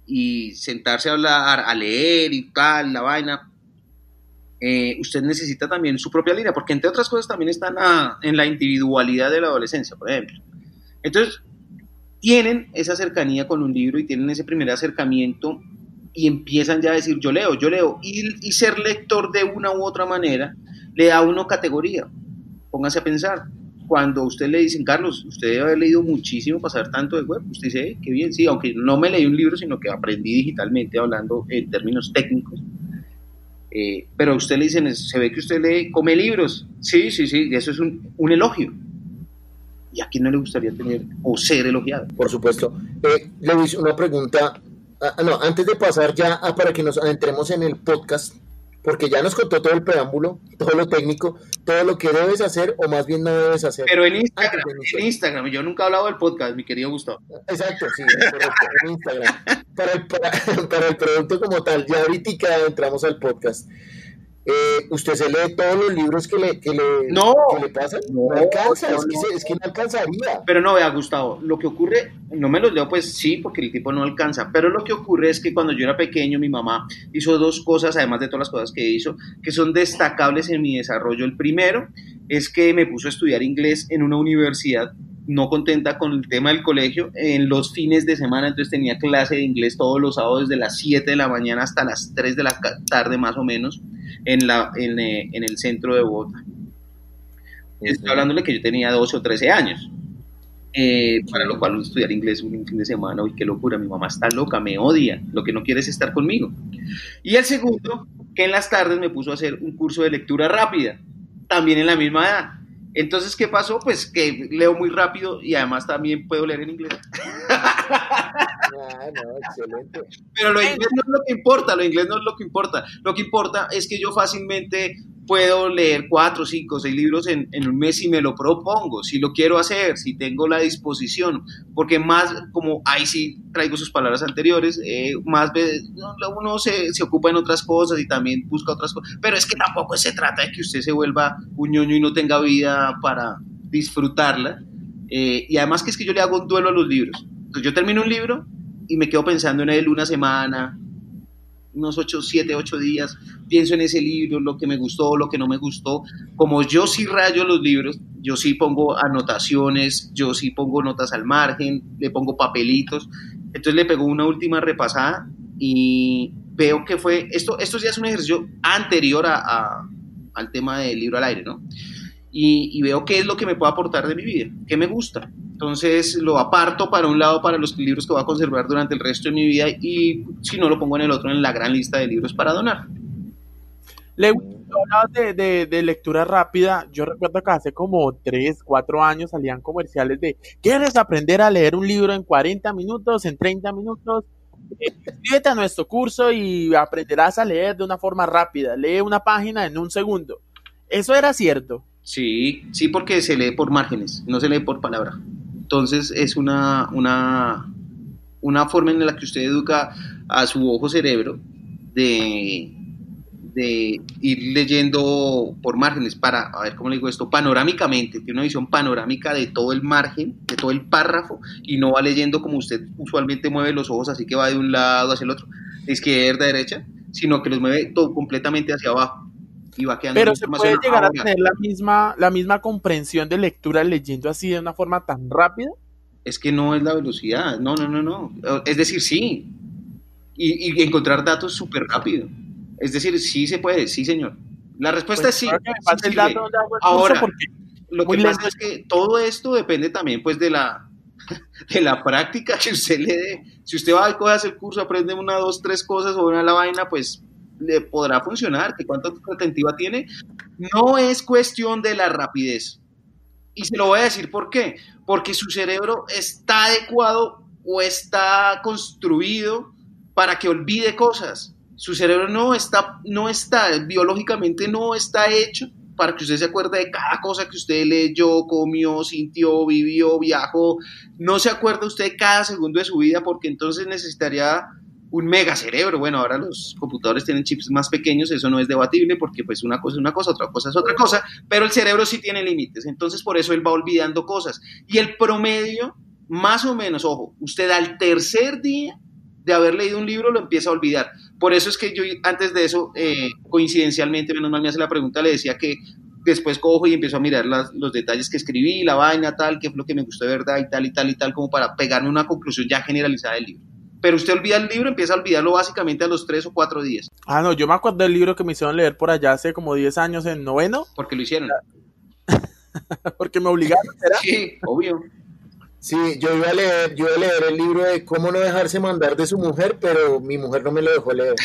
y sentarse a hablar, a leer y tal, la vaina, usted necesita también su propia línea, porque entre otras cosas también están en la individualidad de la adolescencia, por ejemplo. Entonces, tienen esa cercanía con un libro y tienen ese primer acercamiento y empiezan ya a decir, yo leo, y ser lector de una u otra manera le da a uno categoría. Póngase a pensar, cuando a usted le dicen, Carlos, usted debe haber leído muchísimo para saber tanto de web, usted dice, qué bien, sí, aunque no me leí un libro, sino que aprendí digitalmente hablando en términos técnicos. Pero a usted le dicen, se ve que usted come libros, sí, y eso es un elogio. ¿Y a quién no le gustaría tener o ser elogiado? Por supuesto. Luis, una pregunta, antes de pasar ya para que nos adentremos en el podcast, porque ya nos contó todo el preámbulo, todo lo técnico, todo lo que debes hacer o más bien no debes hacer. Pero en Instagram, yo nunca he hablado del podcast, mi querido Gustavo. Exacto, sí, correcto, en Instagram. Para el producto como tal, ya ahorita entramos al podcast. ¿Usted se lee todos los libros que le pasan? No alcanza, es que no alcanzaría. Pero no, vea, Gustavo, lo que ocurre, no me los leo, pues sí, porque el tipo no alcanza, pero lo que ocurre es que cuando yo era pequeño, mi mamá hizo dos cosas, además de todas las cosas que hizo, que son destacables en mi desarrollo. El primero es que me puso a estudiar inglés en una universidad, no contenta con el tema del colegio, en los fines de semana, entonces tenía clase de inglés todos los sábados desde las 7 de la mañana hasta las 3 de la tarde más o menos, en el centro de Bogotá. Estoy hablándole que yo tenía 12 o 13 años, para lo cual estudiar inglés un fin de semana, uy, qué locura, mi mamá está loca, me odia, lo que no quiere es estar conmigo. Y el segundo, que en las tardes me puso a hacer un curso de lectura rápida, también en la misma edad. Entonces, ¿qué pasó? Pues que leo muy rápido y además también puedo leer en inglés. No, excelente. Pero lo inglés no es lo que importa, Lo que importa es que yo fácilmente puedo leer 4, 5, 6 libros en un mes si me lo propongo, si lo quiero hacer, si tengo la disposición, porque más, como ahí sí traigo sus palabras anteriores, más uno se ocupa en otras cosas y también busca otras cosas, pero es que tampoco se trata de que usted se vuelva un ñoño y no tenga vida para disfrutarla, y además que es que yo le hago un duelo a los libros. Entonces yo termino un libro y me quedo pensando en él una semana, unos 7, 8 días, pienso en ese libro, lo que me gustó, lo que no me gustó. Como yo sí rayo los libros, yo sí pongo anotaciones, yo sí pongo notas al margen, le pongo papelitos, entonces le pego una última repasada y veo que fue, esto ya es un ejercicio anterior al tema del libro al aire, ¿no? Y veo qué es lo que me puede aportar de mi vida, qué me gusta. Entonces lo aparto para un lado para los libros que voy a conservar durante el resto de mi vida y si no lo pongo en el otro en la gran lista de libros para donar. Hablabas de lectura rápida. Yo recuerdo que hace como 3, 4 años salían comerciales de ¿quieres aprender a leer un libro en 40 minutos, en 30 minutos? Inscríbete a nuestro curso y aprenderás a leer de una forma rápida. Lee una página en un segundo. ¿Eso era cierto? Sí, porque se lee por márgenes, no se lee por palabra. Entonces es una forma en la que usted educa a su ojo cerebro de ir leyendo por márgenes para, a ver cómo le digo esto, panorámicamente, tiene una visión panorámica de todo el margen, de todo el párrafo, y no va leyendo como usted usualmente mueve los ojos, así que va de un lado hacia el otro, de izquierda a derecha, sino que los mueve todo completamente hacia abajo. Y va quedando. Pero se puede llegar a tener la misma comprensión de lectura leyendo así de una forma tan rápida. Es que no es la velocidad, no. Es decir, sí. Y encontrar datos súper rápido. Es decir, sí se puede, sí, señor. La respuesta es sí. El dato ahora, lo que pasa es que todo esto depende también pues de la práctica que usted le dé. Si usted va y coge el curso, aprende 1, 2, 3 cosas o una la vaina, pues le podrá funcionar, que cuánta retentiva tiene. No es cuestión de la rapidez. Y se lo voy a decir por qué. Porque su cerebro está adecuado o está construido para que olvide cosas. Su cerebro no está, biológicamente no está hecho para que usted se acuerde de cada cosa que usted leyó, comió, sintió, vivió, viajó. No se acuerda usted de cada segundo de su vida porque entonces necesitaría un mega cerebro. Bueno, ahora los computadores tienen chips más pequeños, eso no es debatible porque pues una cosa es una cosa, otra cosa es otra cosa, pero el cerebro sí tiene límites, entonces por eso él va olvidando cosas. Y el promedio, más o menos, ojo, usted al tercer día de haber leído un libro lo empieza a olvidar. Por eso es que yo antes de eso, coincidencialmente, menos mal me hace la pregunta, le decía que después cojo y empiezo a mirar los detalles que escribí, la vaina, tal, qué fue lo que me gustó de verdad y tal y tal y tal, como para pegarme una conclusión ya generalizada del libro. Pero usted olvida el libro, empieza a olvidarlo básicamente a los 3 o 4 días. Ah, no, yo me acuerdo del libro que me hicieron leer por allá hace como 10 años en noveno. Porque lo hicieron. Porque me obligaron, ¿será? Sí, obvio. Sí, yo iba a leer el libro de cómo no dejarse mandar de su mujer, pero mi mujer no me lo dejó leer.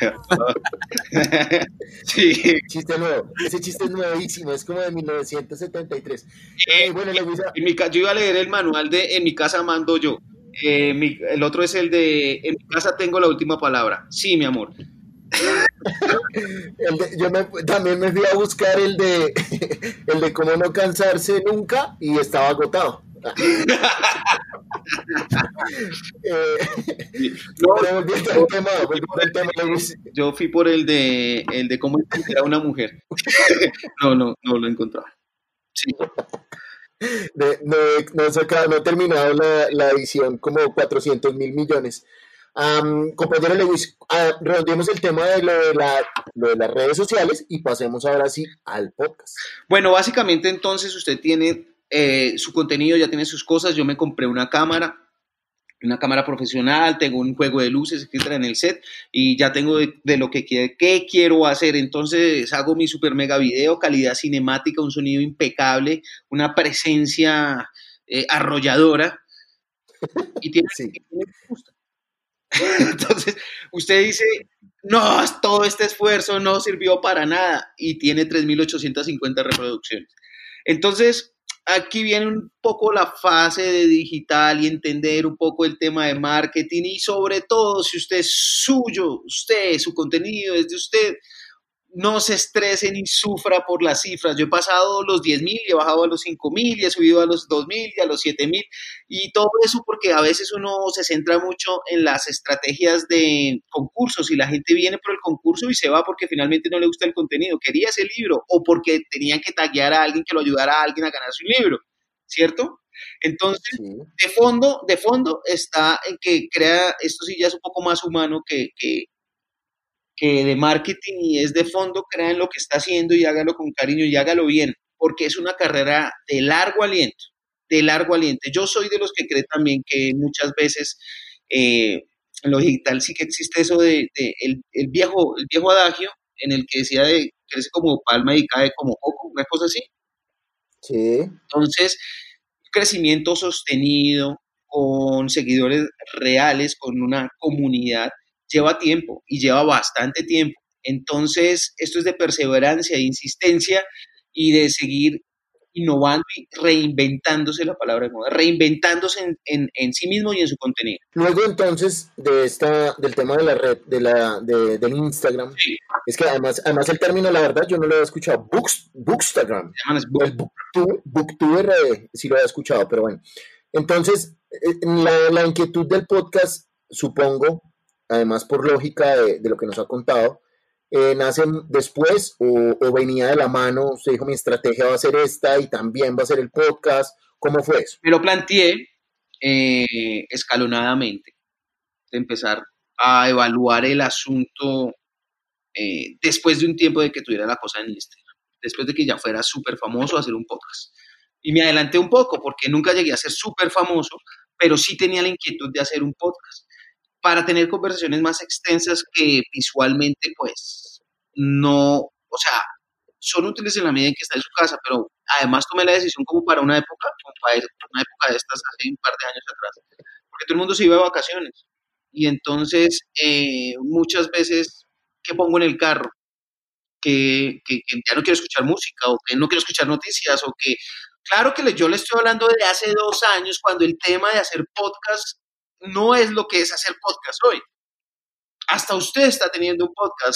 Sí. Chiste nuevo, ese chiste es nuevísimo, es como de 1973. Bueno, yo iba a leer el manual de En mi casa mando yo. El otro es el de En mi casa tengo la última palabra. Sí, mi amor. También me fui a buscar el de cómo no cansarse nunca y estaba agotado. Volviendo al tema, yo fui por el de cómo encontrar a una mujer. No lo encontraba. Sí. No he terminado la edición como 400 mil millones. Compañero Lewis, redondeemos el tema de lo de las redes sociales y pasemos ahora sí al podcast. Bueno, básicamente entonces usted tiene su contenido, ya tiene sus cosas. Yo me compré una cámara profesional, tengo un juego de luces, etcétera, en el set, y ya tengo de lo que quiero hacer. Entonces hago mi super mega video, calidad cinemática, un sonido impecable, una presencia arrolladora, y tiene sí. que me gusta. Entonces usted dice, no, todo este esfuerzo no sirvió para nada, y tiene 3.850 reproducciones. Entonces aquí viene un poco la fase de digital y entender un poco el tema de marketing, y sobre todo si usted es suyo, su contenido es de usted, no se estrese ni sufra por las cifras. Yo he pasado los 10.000 y he bajado a los 5.000 y he subido a los 2.000 y a los 7.000, y todo eso porque a veces uno se centra mucho en las estrategias de concursos y la gente viene por el concurso y se va porque finalmente no le gusta el contenido, quería ese libro o porque tenían que taguear a alguien que lo ayudara a alguien a ganarse un libro, ¿cierto? Entonces, sí. de fondo está en que crea, esto sí ya es un poco más humano que de marketing, y es de fondo, crea en lo que está haciendo y hágalo con cariño y hágalo bien, porque es una carrera de largo aliento, de largo aliento. Yo soy de los que cree también que muchas veces en lo digital sí que existe eso de el viejo adagio en el que decía de crece como palma y cae como coco, una cosa así. Sí. Entonces, crecimiento sostenido, con seguidores reales, con una comunidad, lleva tiempo y lleva bastante tiempo. Entonces, esto es de perseverancia, de insistencia y de seguir innovando y reinventándose, la palabra de moda, reinventándose en sí mismo y en su contenido. Luego entonces del tema de la red, del Instagram, sí. Es que además el término, la verdad, yo no lo había escuchado. Bookstagram. El Booktuber sí lo había escuchado, pero bueno. Entonces, la inquietud del podcast, supongo, además por lógica de lo que nos ha contado, nace después o venía de la mano. Usted dijo, mi estrategia va a ser esta y también va a ser el podcast. ¿Cómo fue eso? Me lo planteé escalonadamente, de empezar a evaluar el asunto después de un tiempo de que tuviera la cosa en Instagram, después de que ya fuera súper famoso, hacer un podcast. Y me adelanté un poco porque nunca llegué a ser súper famoso, pero sí tenía la inquietud de hacer un podcast para tener conversaciones más extensas que visualmente, pues, no, o sea, son útiles en la medida en que está en su casa, pero además tomé la decisión como para una época de estas hace un par de años atrás, porque todo el mundo se iba de vacaciones. Y entonces, muchas veces, ¿qué pongo en el carro? Que ya no quiero escuchar música, o que no quiero escuchar noticias, o que, claro que yo le estoy hablando de hace 2 años, cuando el tema de hacer podcast no es lo que es hacer podcast hoy. Hasta usted está teniendo un podcast.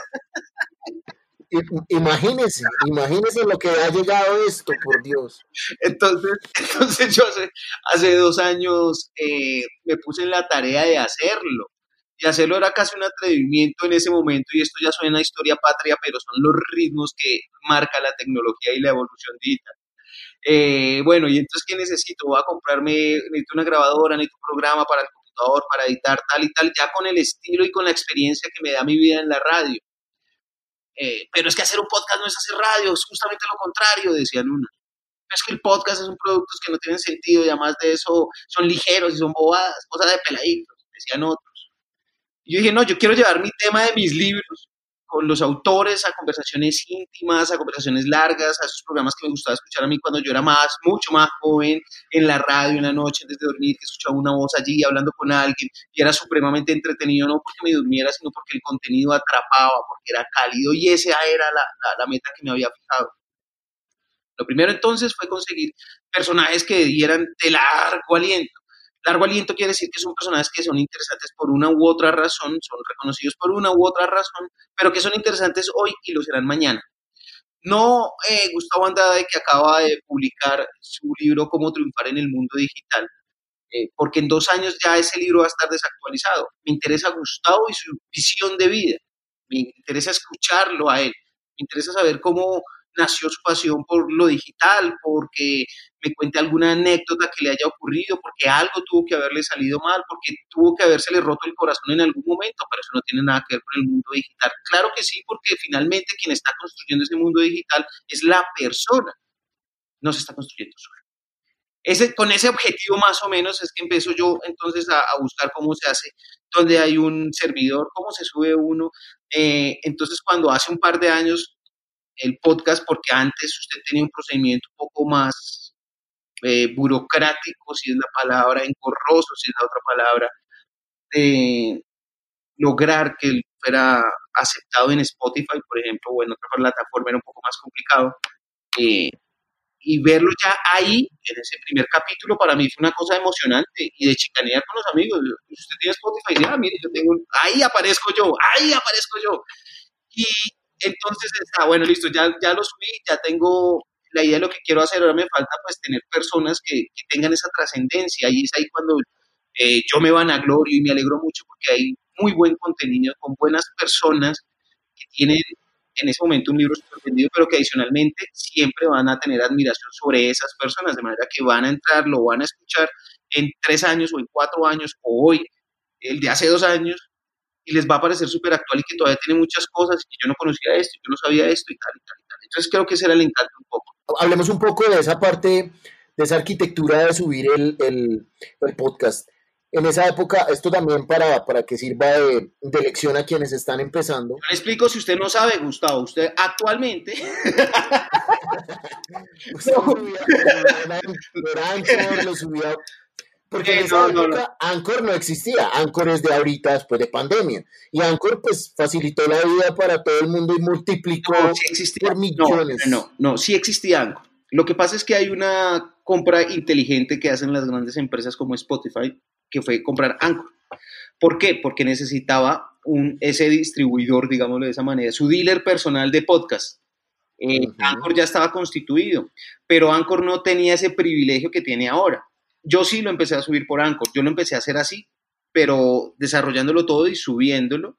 Imagínese lo que ha llegado esto, por Dios. Entonces yo hace 2 años me puse en la tarea de hacerlo. Y hacerlo era casi un atrevimiento en ese momento, y esto ya suena a historia patria, pero son los ritmos que marca la tecnología y la evolución digital. Bueno, y entonces, ¿qué necesito? Voy a necesito una grabadora, necesito un programa para computador para editar tal y tal, ya con el estilo y con la experiencia que me da mi vida en la radio. Pero es que hacer un podcast no es hacer radio, es justamente lo contrario, decían unos. Es que el podcast es un producto que no tienen sentido y además de eso son ligeros y son bobadas, cosas de peladitos, decían otros. Y yo dije, no, yo quiero llevar mi tema de mis libros con los autores a conversaciones íntimas, a conversaciones largas, a esos programas que me gustaba escuchar a mí cuando yo era mucho más joven, en la radio, en la noche, antes de dormir, que escuchaba una voz allí hablando con alguien y era supremamente entretenido, no porque me durmiera, sino porque el contenido atrapaba, porque era cálido y esa era la meta que me había fijado. Lo primero entonces fue conseguir personajes que dieran de largo aliento. Largo aliento quiere decir que son personajes que son interesantes por una u otra razón, son reconocidos por una u otra razón, pero que son interesantes hoy y lo serán mañana. No Gustavo Andrade, que acaba de publicar su libro Cómo triunfar en el mundo digital, porque en 2 años ya ese libro va a estar desactualizado. Me interesa Gustavo y su visión de vida. Me interesa escucharlo a él. Me interesa saber cómo nació su pasión por lo digital, porque me cuente alguna anécdota que le haya ocurrido, porque algo tuvo que haberle salido mal, porque tuvo que habérsele roto el corazón en algún momento, pero eso no tiene nada que ver con el mundo digital. Claro que sí, porque finalmente quien está construyendo ese mundo digital es la persona, no se está construyendo solo. Con ese objetivo más o menos es que empiezo yo entonces a buscar cómo se hace, donde hay un servidor, cómo se sube uno. Entonces cuando hace un par de años el podcast, porque antes usted tenía un procedimiento un poco más burocrático, si es la palabra, engorroso, si es la otra palabra, de lograr que él fuera aceptado en Spotify, por ejemplo, o en otra plataforma era un poco más complicado. Y verlo ya ahí, en ese primer capítulo, para mí fue una cosa emocionante y de chicanear con los amigos. Usted tiene Spotify, y mire, ahí aparezco yo. Y entonces está, bueno, listo, ya lo subí, ya tengo la idea de lo que quiero hacer, ahora me falta pues tener personas que tengan esa trascendencia, y es ahí cuando yo me vanaglorio y me alegro mucho porque hay muy buen contenido con buenas personas que tienen en ese momento un libro súper vendido, pero que adicionalmente siempre van a tener admiración sobre esas personas, de manera que van a entrar, lo van a escuchar en 3 años o en 4 años o hoy, el de hace 2 años, y les va a parecer súper actual y que todavía tiene muchas cosas y yo no conocía esto, yo no sabía esto y tal y tal y tal. Entonces creo que ese era el encanto un poco. Hablemos un poco de esa parte, de esa arquitectura de subir el podcast. En esa época, esto también para que sirva de lección a quienes están empezando. Yo le explico si usted no sabe, Gustavo. Usted actualmente... Usted lo subía... Porque en esa época Anchor no existía. Anchor es de ahorita, después de pandemia. Y Anchor pues facilitó la vida para todo el mundo y multiplicó por millones. No, sí existía Anchor. Lo que pasa es que hay una compra inteligente que hacen las grandes empresas como Spotify, que fue comprar Anchor. ¿Por qué? Porque necesitaba ese distribuidor, digámoslo de esa manera, su dealer personal de podcast. Anchor ya estaba constituido, pero Anchor no tenía ese privilegio que tiene ahora. Yo sí lo empecé a subir por Anchor, yo lo empecé a hacer así, pero desarrollándolo todo y subiéndolo,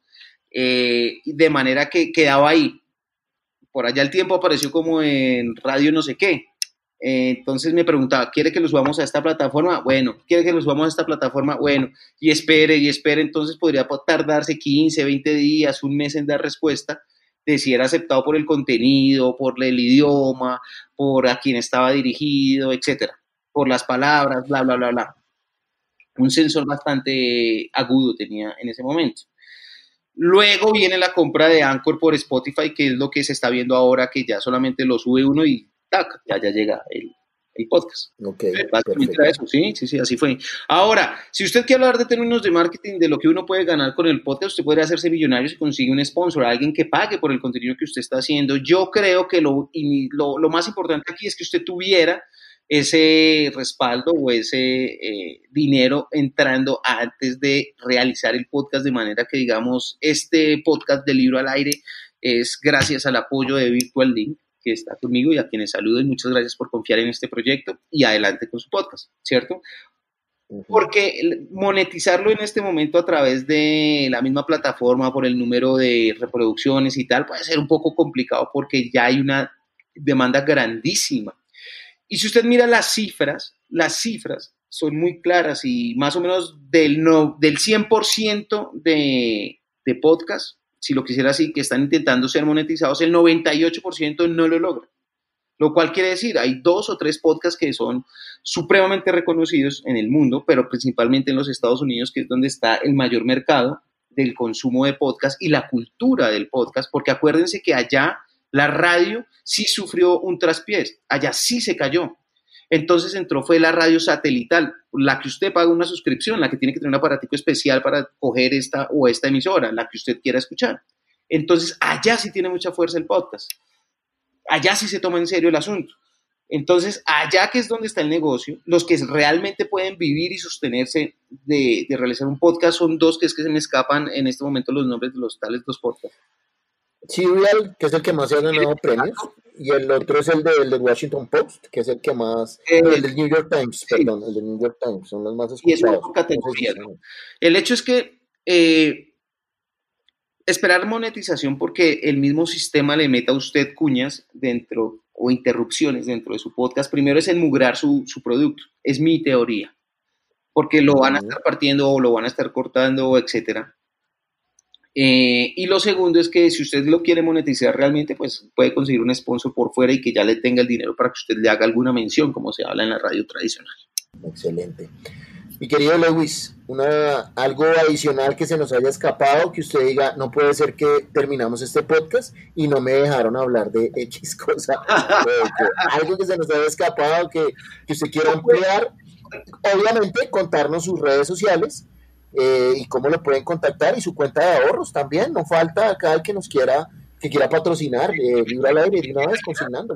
de manera que quedaba ahí. Por allá el tiempo apareció como en radio no sé qué. Entonces me preguntaba, ¿quiere que lo subamos a esta plataforma? Bueno. ¿Quiere que lo subamos a esta plataforma? Bueno. Y espere. Entonces podría tardarse 15, 20 días, un mes en dar respuesta de si era aceptado por el contenido, por el idioma, por a quién estaba dirigido, etcétera, por las palabras, bla, bla, bla, bla. Un sensor bastante agudo tenía en ese momento. Luego viene la compra de Anchor por Spotify, que es lo que se está viendo ahora, que ya solamente lo sube uno y ¡tac! Ya llega el podcast. Ok, básicamente era eso, sí, así fue. Ahora, si usted quiere hablar de términos de marketing, de lo que uno puede ganar con el podcast, usted puede hacerse millonario si consigue un sponsor, alguien que pague por el contenido que usted está haciendo. Yo creo que lo más importante aquí es que usted tuviera ese respaldo o ese dinero entrando antes de realizar el podcast, de manera que, digamos, este podcast de Libro al Aire es gracias al apoyo de Virtual Link, que está conmigo y a quienes saludo, y muchas gracias por confiar en este proyecto y adelante con su podcast, ¿cierto? Porque monetizarlo en este momento a través de la misma plataforma por el número de reproducciones y tal puede ser un poco complicado porque ya hay una demanda grandísima. Y si usted mira las cifras son muy claras y más o menos del 100% de podcast, si lo quisiera así, que están intentando ser monetizados, el 98% no lo logra. Lo cual quiere decir, hay 2 o 3 podcasts que son supremamente reconocidos en el mundo, pero principalmente en los Estados Unidos, que es donde está el mayor mercado del consumo de podcast y la cultura del podcast, porque acuérdense que allá la radio sí sufrió un traspiés, allá sí se cayó. Entonces fue la radio satelital, la que usted paga una suscripción, la que tiene que tener un aparatico especial para coger esta emisora, la que usted quiera escuchar. Entonces allá sí tiene mucha fuerza el podcast. Allá sí se toma en serio el asunto. Entonces, allá que es donde está el negocio, los que realmente pueden vivir y sostenerse de realizar un podcast son 2 que es que se me escapan en este momento los nombres de los tales 2 podcasts. Serial, que es el que más se ha ganado premios, y el otro es el del Washington Post, que es el que más, el del New York Times, perdón, el del New York Times, son los más escuchados. Y es una categoría, ¿no? El hecho es que esperar monetización porque el mismo sistema le meta a usted cuñas dentro o interrupciones dentro de su podcast, primero es enmugrar su producto, es mi teoría, porque lo van a estar partiendo o lo van a estar cortando, etcétera. Y lo segundo es que si usted lo quiere monetizar realmente, pues puede conseguir un sponsor por fuera y que ya le tenga el dinero para que usted le haga alguna mención, como se habla en la radio tradicional. Excelente. Mi querido Lewis, algo adicional que se nos haya escapado, que usted diga, no puede ser que terminamos este podcast y no me dejaron hablar de X cosa. Algo que se nos haya escapado, que usted quiera ampliar. Obviamente, contarnos sus redes sociales y cómo lo pueden contactar y su cuenta de ahorros también. No falta cada que nos quiera patrocinar, Libro al Aire, de una vez consignándolo.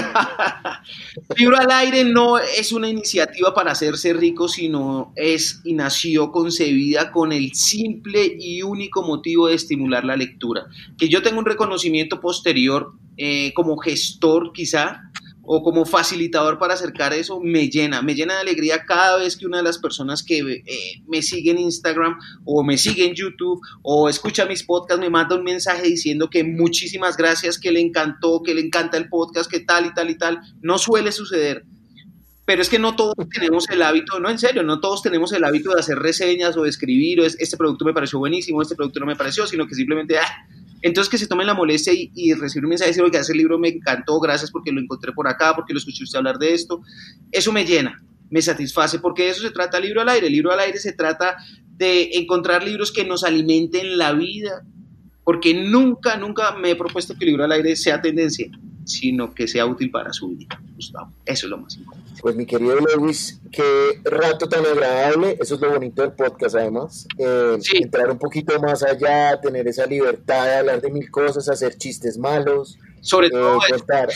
Libro al Aire no es una iniciativa para hacerse rico, sino es y nació concebida con el simple y único motivo de estimular la lectura. Que yo tenga un reconocimiento posterior como gestor quizá, o como facilitador para acercar eso, me llena de alegría cada vez que una de las personas que me sigue en Instagram o me sigue en YouTube o escucha mis podcasts me manda un mensaje diciendo que muchísimas gracias, que le encantó, que le encanta el podcast, que tal y tal y tal. No suele suceder, pero es que no todos tenemos el hábito, no, en serio, no todos tenemos el hábito de hacer reseñas o de escribir, o este producto me pareció buenísimo, este producto no me pareció, sino que simplemente... Entonces que se tomen la molestia y recibir un mensaje y decir, oiga, ese libro me encantó, gracias porque lo encontré por acá, porque lo escuché usted hablar de esto. Eso me llena, me satisface, porque de eso se trata Libro al Aire. Libro al Aire se trata de encontrar libros que nos alimenten la vida, porque nunca me he propuesto que Libro al Aire sea tendencia, sino que sea útil para su vida, Gustavo. Eso es lo más importante. Pues mi querido Lewis, qué rato tan agradable, eso es lo bonito del podcast además, sí. Entrar un poquito más allá, tener esa libertad de hablar de mil cosas, hacer chistes malos, sobre todo contar.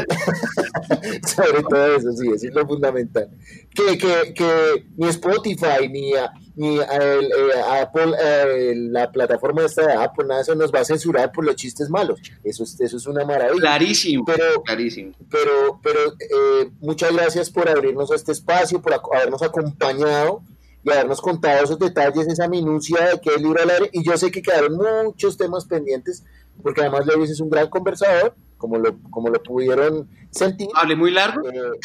Sobre todo eso, sí, eso es lo fundamental. Que ni Spotify, ni Apple, la plataforma esta de Apple, nada de eso nos va a censurar por los chistes malos. Eso es una maravilla. Clarísimo. Pero muchas gracias por abrirnos a este espacio, por habernos acompañado y habernos contado esos detalles, esa minucia de qué es Libro al Aire. Y yo sé que quedaron muchos temas pendientes, porque además Lewis es un gran conversador, como lo pudieron sentir. Hablé muy largo.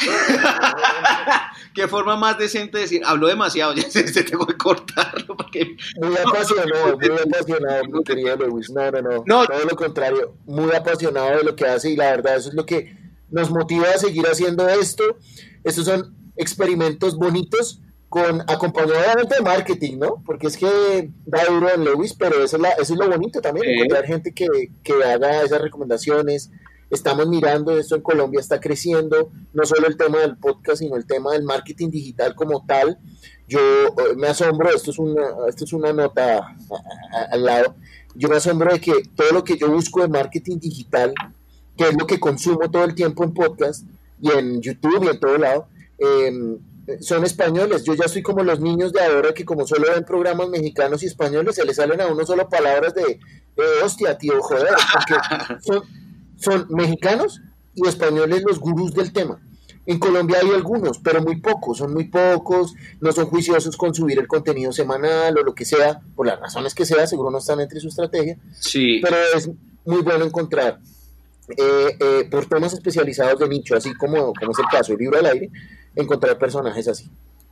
Qué forma más decente de decir, habló demasiado, ya se tengo que cortarlo. Porque... Muy apasionado, mi querido Lewis. No, todo lo contrario, muy apasionado de lo que hace y la verdad eso es lo que nos motiva a seguir haciendo esto. Estos son experimentos bonitos acompañado de marketing, ¿no? Porque es que da duro en Lewis, pero eso es lo bonito también, encontrar gente que haga esas recomendaciones. Estamos mirando, esto en Colombia está creciendo, no solo el tema del podcast, sino el tema del marketing digital como tal. Yo me asombro, esto es una nota al lado, yo me asombro de que todo lo que yo busco de marketing digital, que es lo que consumo todo el tiempo en podcast y en YouTube y en todo lado, son españoles. Yo ya soy como los niños de ahora que como solo ven programas mexicanos y españoles, se les salen a uno solo palabras de hostia, tío, joder, porque son mexicanos y españoles los gurús del tema. En Colombia hay algunos, pero son muy pocos, no son juiciosos con subir el contenido semanal o lo que sea, por las razones que sea, seguro no están entre su estrategia, sí. Pero es muy bueno encontrar por temas especializados de nicho, así como es el caso del Libro al Aire, encontrar personajes así.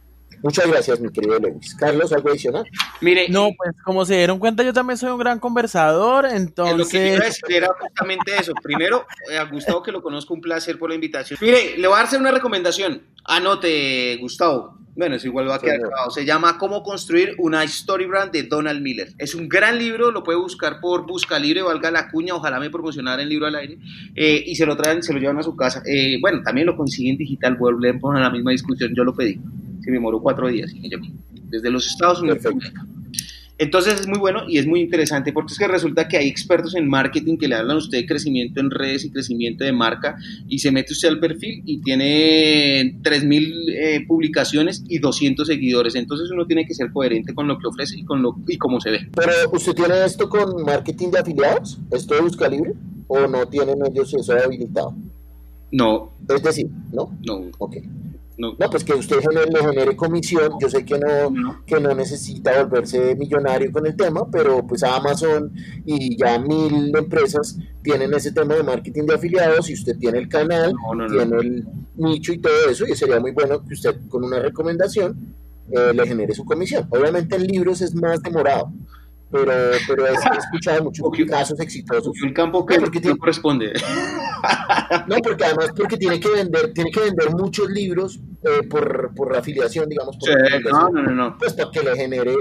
Muchas gracias, mi querido Lewis. Carlos, ¿algo adicional? Mire, No, pues como se dieron cuenta, yo también soy un gran conversador, lo que entonces... quiero decir era justamente eso. Primero, a Gustavo, que lo conozco, un placer por la invitación. Mire, le voy a hacer una recomendación. Anote, Gustavo. Bueno, eso igual va a quedar grabado. Se llama Cómo construir una Story Brand de Donald Miller. Es un gran libro, lo puede buscar por Buscalibre, valga la cuña, ojalá me promocionara el libro al aire, y se lo traen, se lo llevan a su casa. Bueno, también lo consiguen digital, volvemos a la misma discusión, yo lo pedí. Se me demoró 4 días y me llamó. Desde los Estados Unidos. Perfecto. Entonces es muy bueno y es muy interesante porque es que resulta que hay expertos en marketing que le hablan a usted de crecimiento en redes y crecimiento de marca, y se mete usted al perfil y tiene 3.000 publicaciones y 200 seguidores. Entonces uno tiene que ser coherente con lo que ofrece y cómo se ve. Pero, ¿usted tiene esto con marketing de afiliados? ¿Esto de Buscalibre? ¿O no tienen ellos eso habilitado? No. Es decir, ¿no? No. Ok. No. No, pues que usted le genere comisión. Yo sé que no necesita volverse millonario con el tema, pero pues Amazon y ya 1.000 empresas tienen ese tema de marketing de afiliados, y usted tiene el canal, tiene el nicho y todo eso, y sería muy bueno que usted con una recomendación le genere su comisión. Obviamente en libros es más demorado, pero he escuchado muchos casos exitosos. El campo que no corresponde. No, porque además tiene que vender muchos libros por afiliación, digamos. Por No. Pues para que le genere.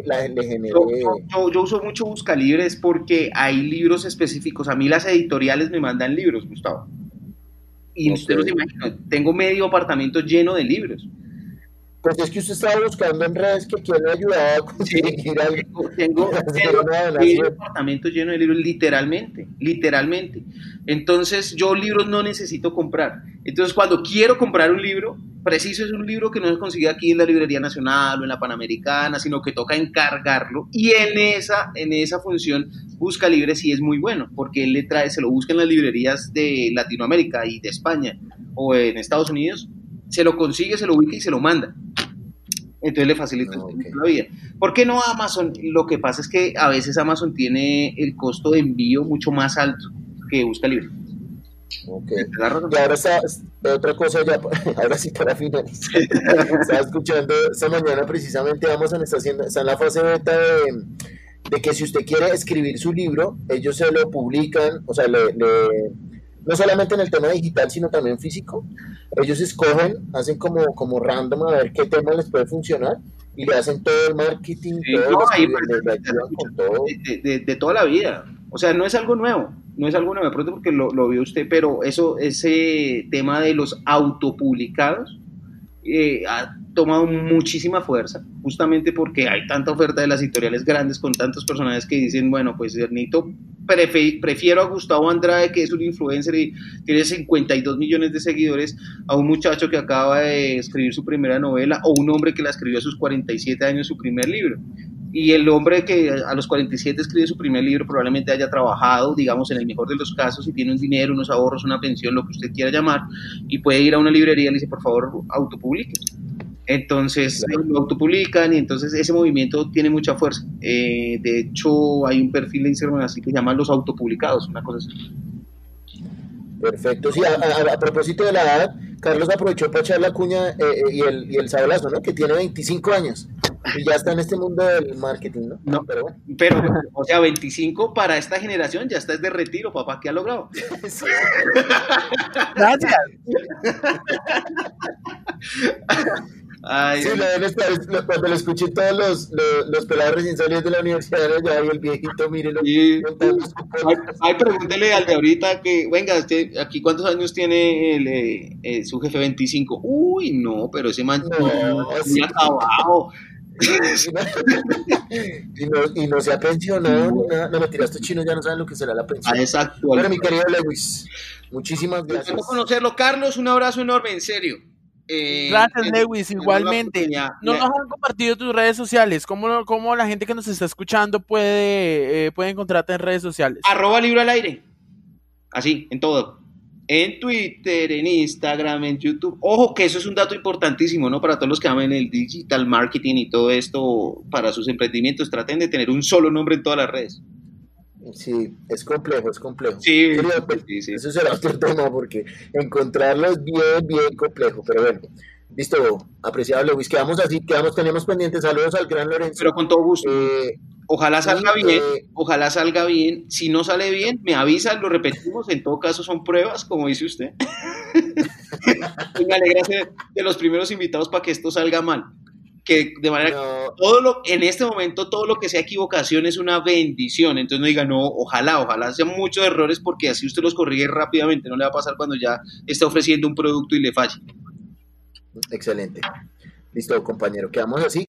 Yo uso mucho Buscalibres porque hay libros específicos. A mí las editoriales me mandan libros, Gustavo. Y usted no se imagina, tengo medio apartamento lleno de libros. Pues es que usted estaba buscando en redes que quien le ayudaba a conseguir algo. Tengo un apartamento lleno de libros, literalmente. Entonces, yo libros no necesito comprar. Entonces, cuando quiero comprar un libro, preciso es un libro que no se consigue aquí en la Librería Nacional o en la Panamericana, sino que toca encargarlo. Y en esa función, Buscalibre sí es muy bueno, porque él se lo busca en las librerías de Latinoamérica y de España o en Estados Unidos, se lo consigue, se lo ubica y se lo manda. Entonces le facilita la vida. ¿Por qué no Amazon? Lo que pasa es que a veces Amazon tiene el costo de envío mucho más alto que Buscalibre. Ok. Y ahora otra cosa, ahora sí para finalizar. Estaba escuchando esta mañana precisamente Amazon está en la fase beta de que si usted quiere escribir su libro, ellos se lo publican, o sea, no solamente en el tema digital, sino también físico. Ellos escogen, hacen como random a ver qué tema les puede funcionar, y le hacen todo el marketing, de toda la vida. O sea, no es algo nuevo, de pronto porque lo vio usted, pero ese tema de los autopublicados ha tomado muchísima fuerza, justamente porque hay tanta oferta de las editoriales grandes con tantos personajes que dicen, bueno, pues prefiero a Gustavo Andrade, que es un influencer y tiene 52 millones de seguidores, a un muchacho que acaba de escribir su primera novela, o un hombre que la escribió a sus 47 años su primer libro. Y el hombre que a los 47 escribe su primer libro probablemente haya trabajado, digamos, en el mejor de los casos, y tiene un dinero, unos ahorros, una pensión, lo que usted quiera llamar, y puede ir a una librería y le dice, por favor, autopublique. Entonces lo autopublican, y entonces ese movimiento tiene mucha fuerza. De hecho, hay un perfil de Instagram así que se llama Los Autopublicados, una cosa así. Perfecto. Sí, a propósito de la edad, Carlos aprovechó para echar la cuña y el sablazo, ¿no? Que tiene 25 años y ya está en este mundo del marketing, ¿no? No, pero bueno. Pero, o sea, 25 para esta generación ya está de retiro, papá. ¿Qué ha logrado? Sí. Gracias. Ay, sí, cuando lo escuché todos los pelados recién salidos de la universidad, ya y el viejito, mírelo. Sí. Ay, pregúntele al de ahorita que, venga, aquí ¿cuántos años tiene su jefe? 25. Uy, no, pero ese man sí, acabado. y no se ha pensionado ni nada. No, mentira, estos chinos ya no saben lo que será la pensión. Exacto. Bueno, mi querido Lewis, muchísimas gracias. Quiero conocerlo, Carlos, un abrazo enorme, en serio. Gracias, Lewis, igualmente. No nos han compartido tus redes sociales. ¿Cómo la gente que nos está escuchando puede encontrarte en redes sociales? @libro al aire. Así, en todo. En Twitter, en Instagram, en YouTube. Ojo, que eso es un dato importantísimo, ¿no? Para todos los que aman el digital marketing y todo esto para sus emprendimientos. Traten de tener un solo nombre en todas las redes. Sí, es complejo. Sí, sí. Eso será otro tema, porque encontrarlo es bien complejo, pero bueno. Listo, apreciado Lewis, quedamos así, tenemos pendientes. Saludos al gran Lorenzo. Pero con todo gusto. Ojalá salga y, bien, ojalá salga bien. Si no sale bien, me avisan, lo repetimos. En todo caso, son pruebas, como dice usted. Me alegra ser de los primeros invitados para que esto salga mal. Que de manera que en este momento todo lo que sea equivocación es una bendición. Entonces no diga, no, ojalá sean muchos errores, porque así usted los corrige rápidamente. No le va a pasar cuando ya está ofreciendo un producto y le falle. Excelente. Listo, compañero, quedamos así.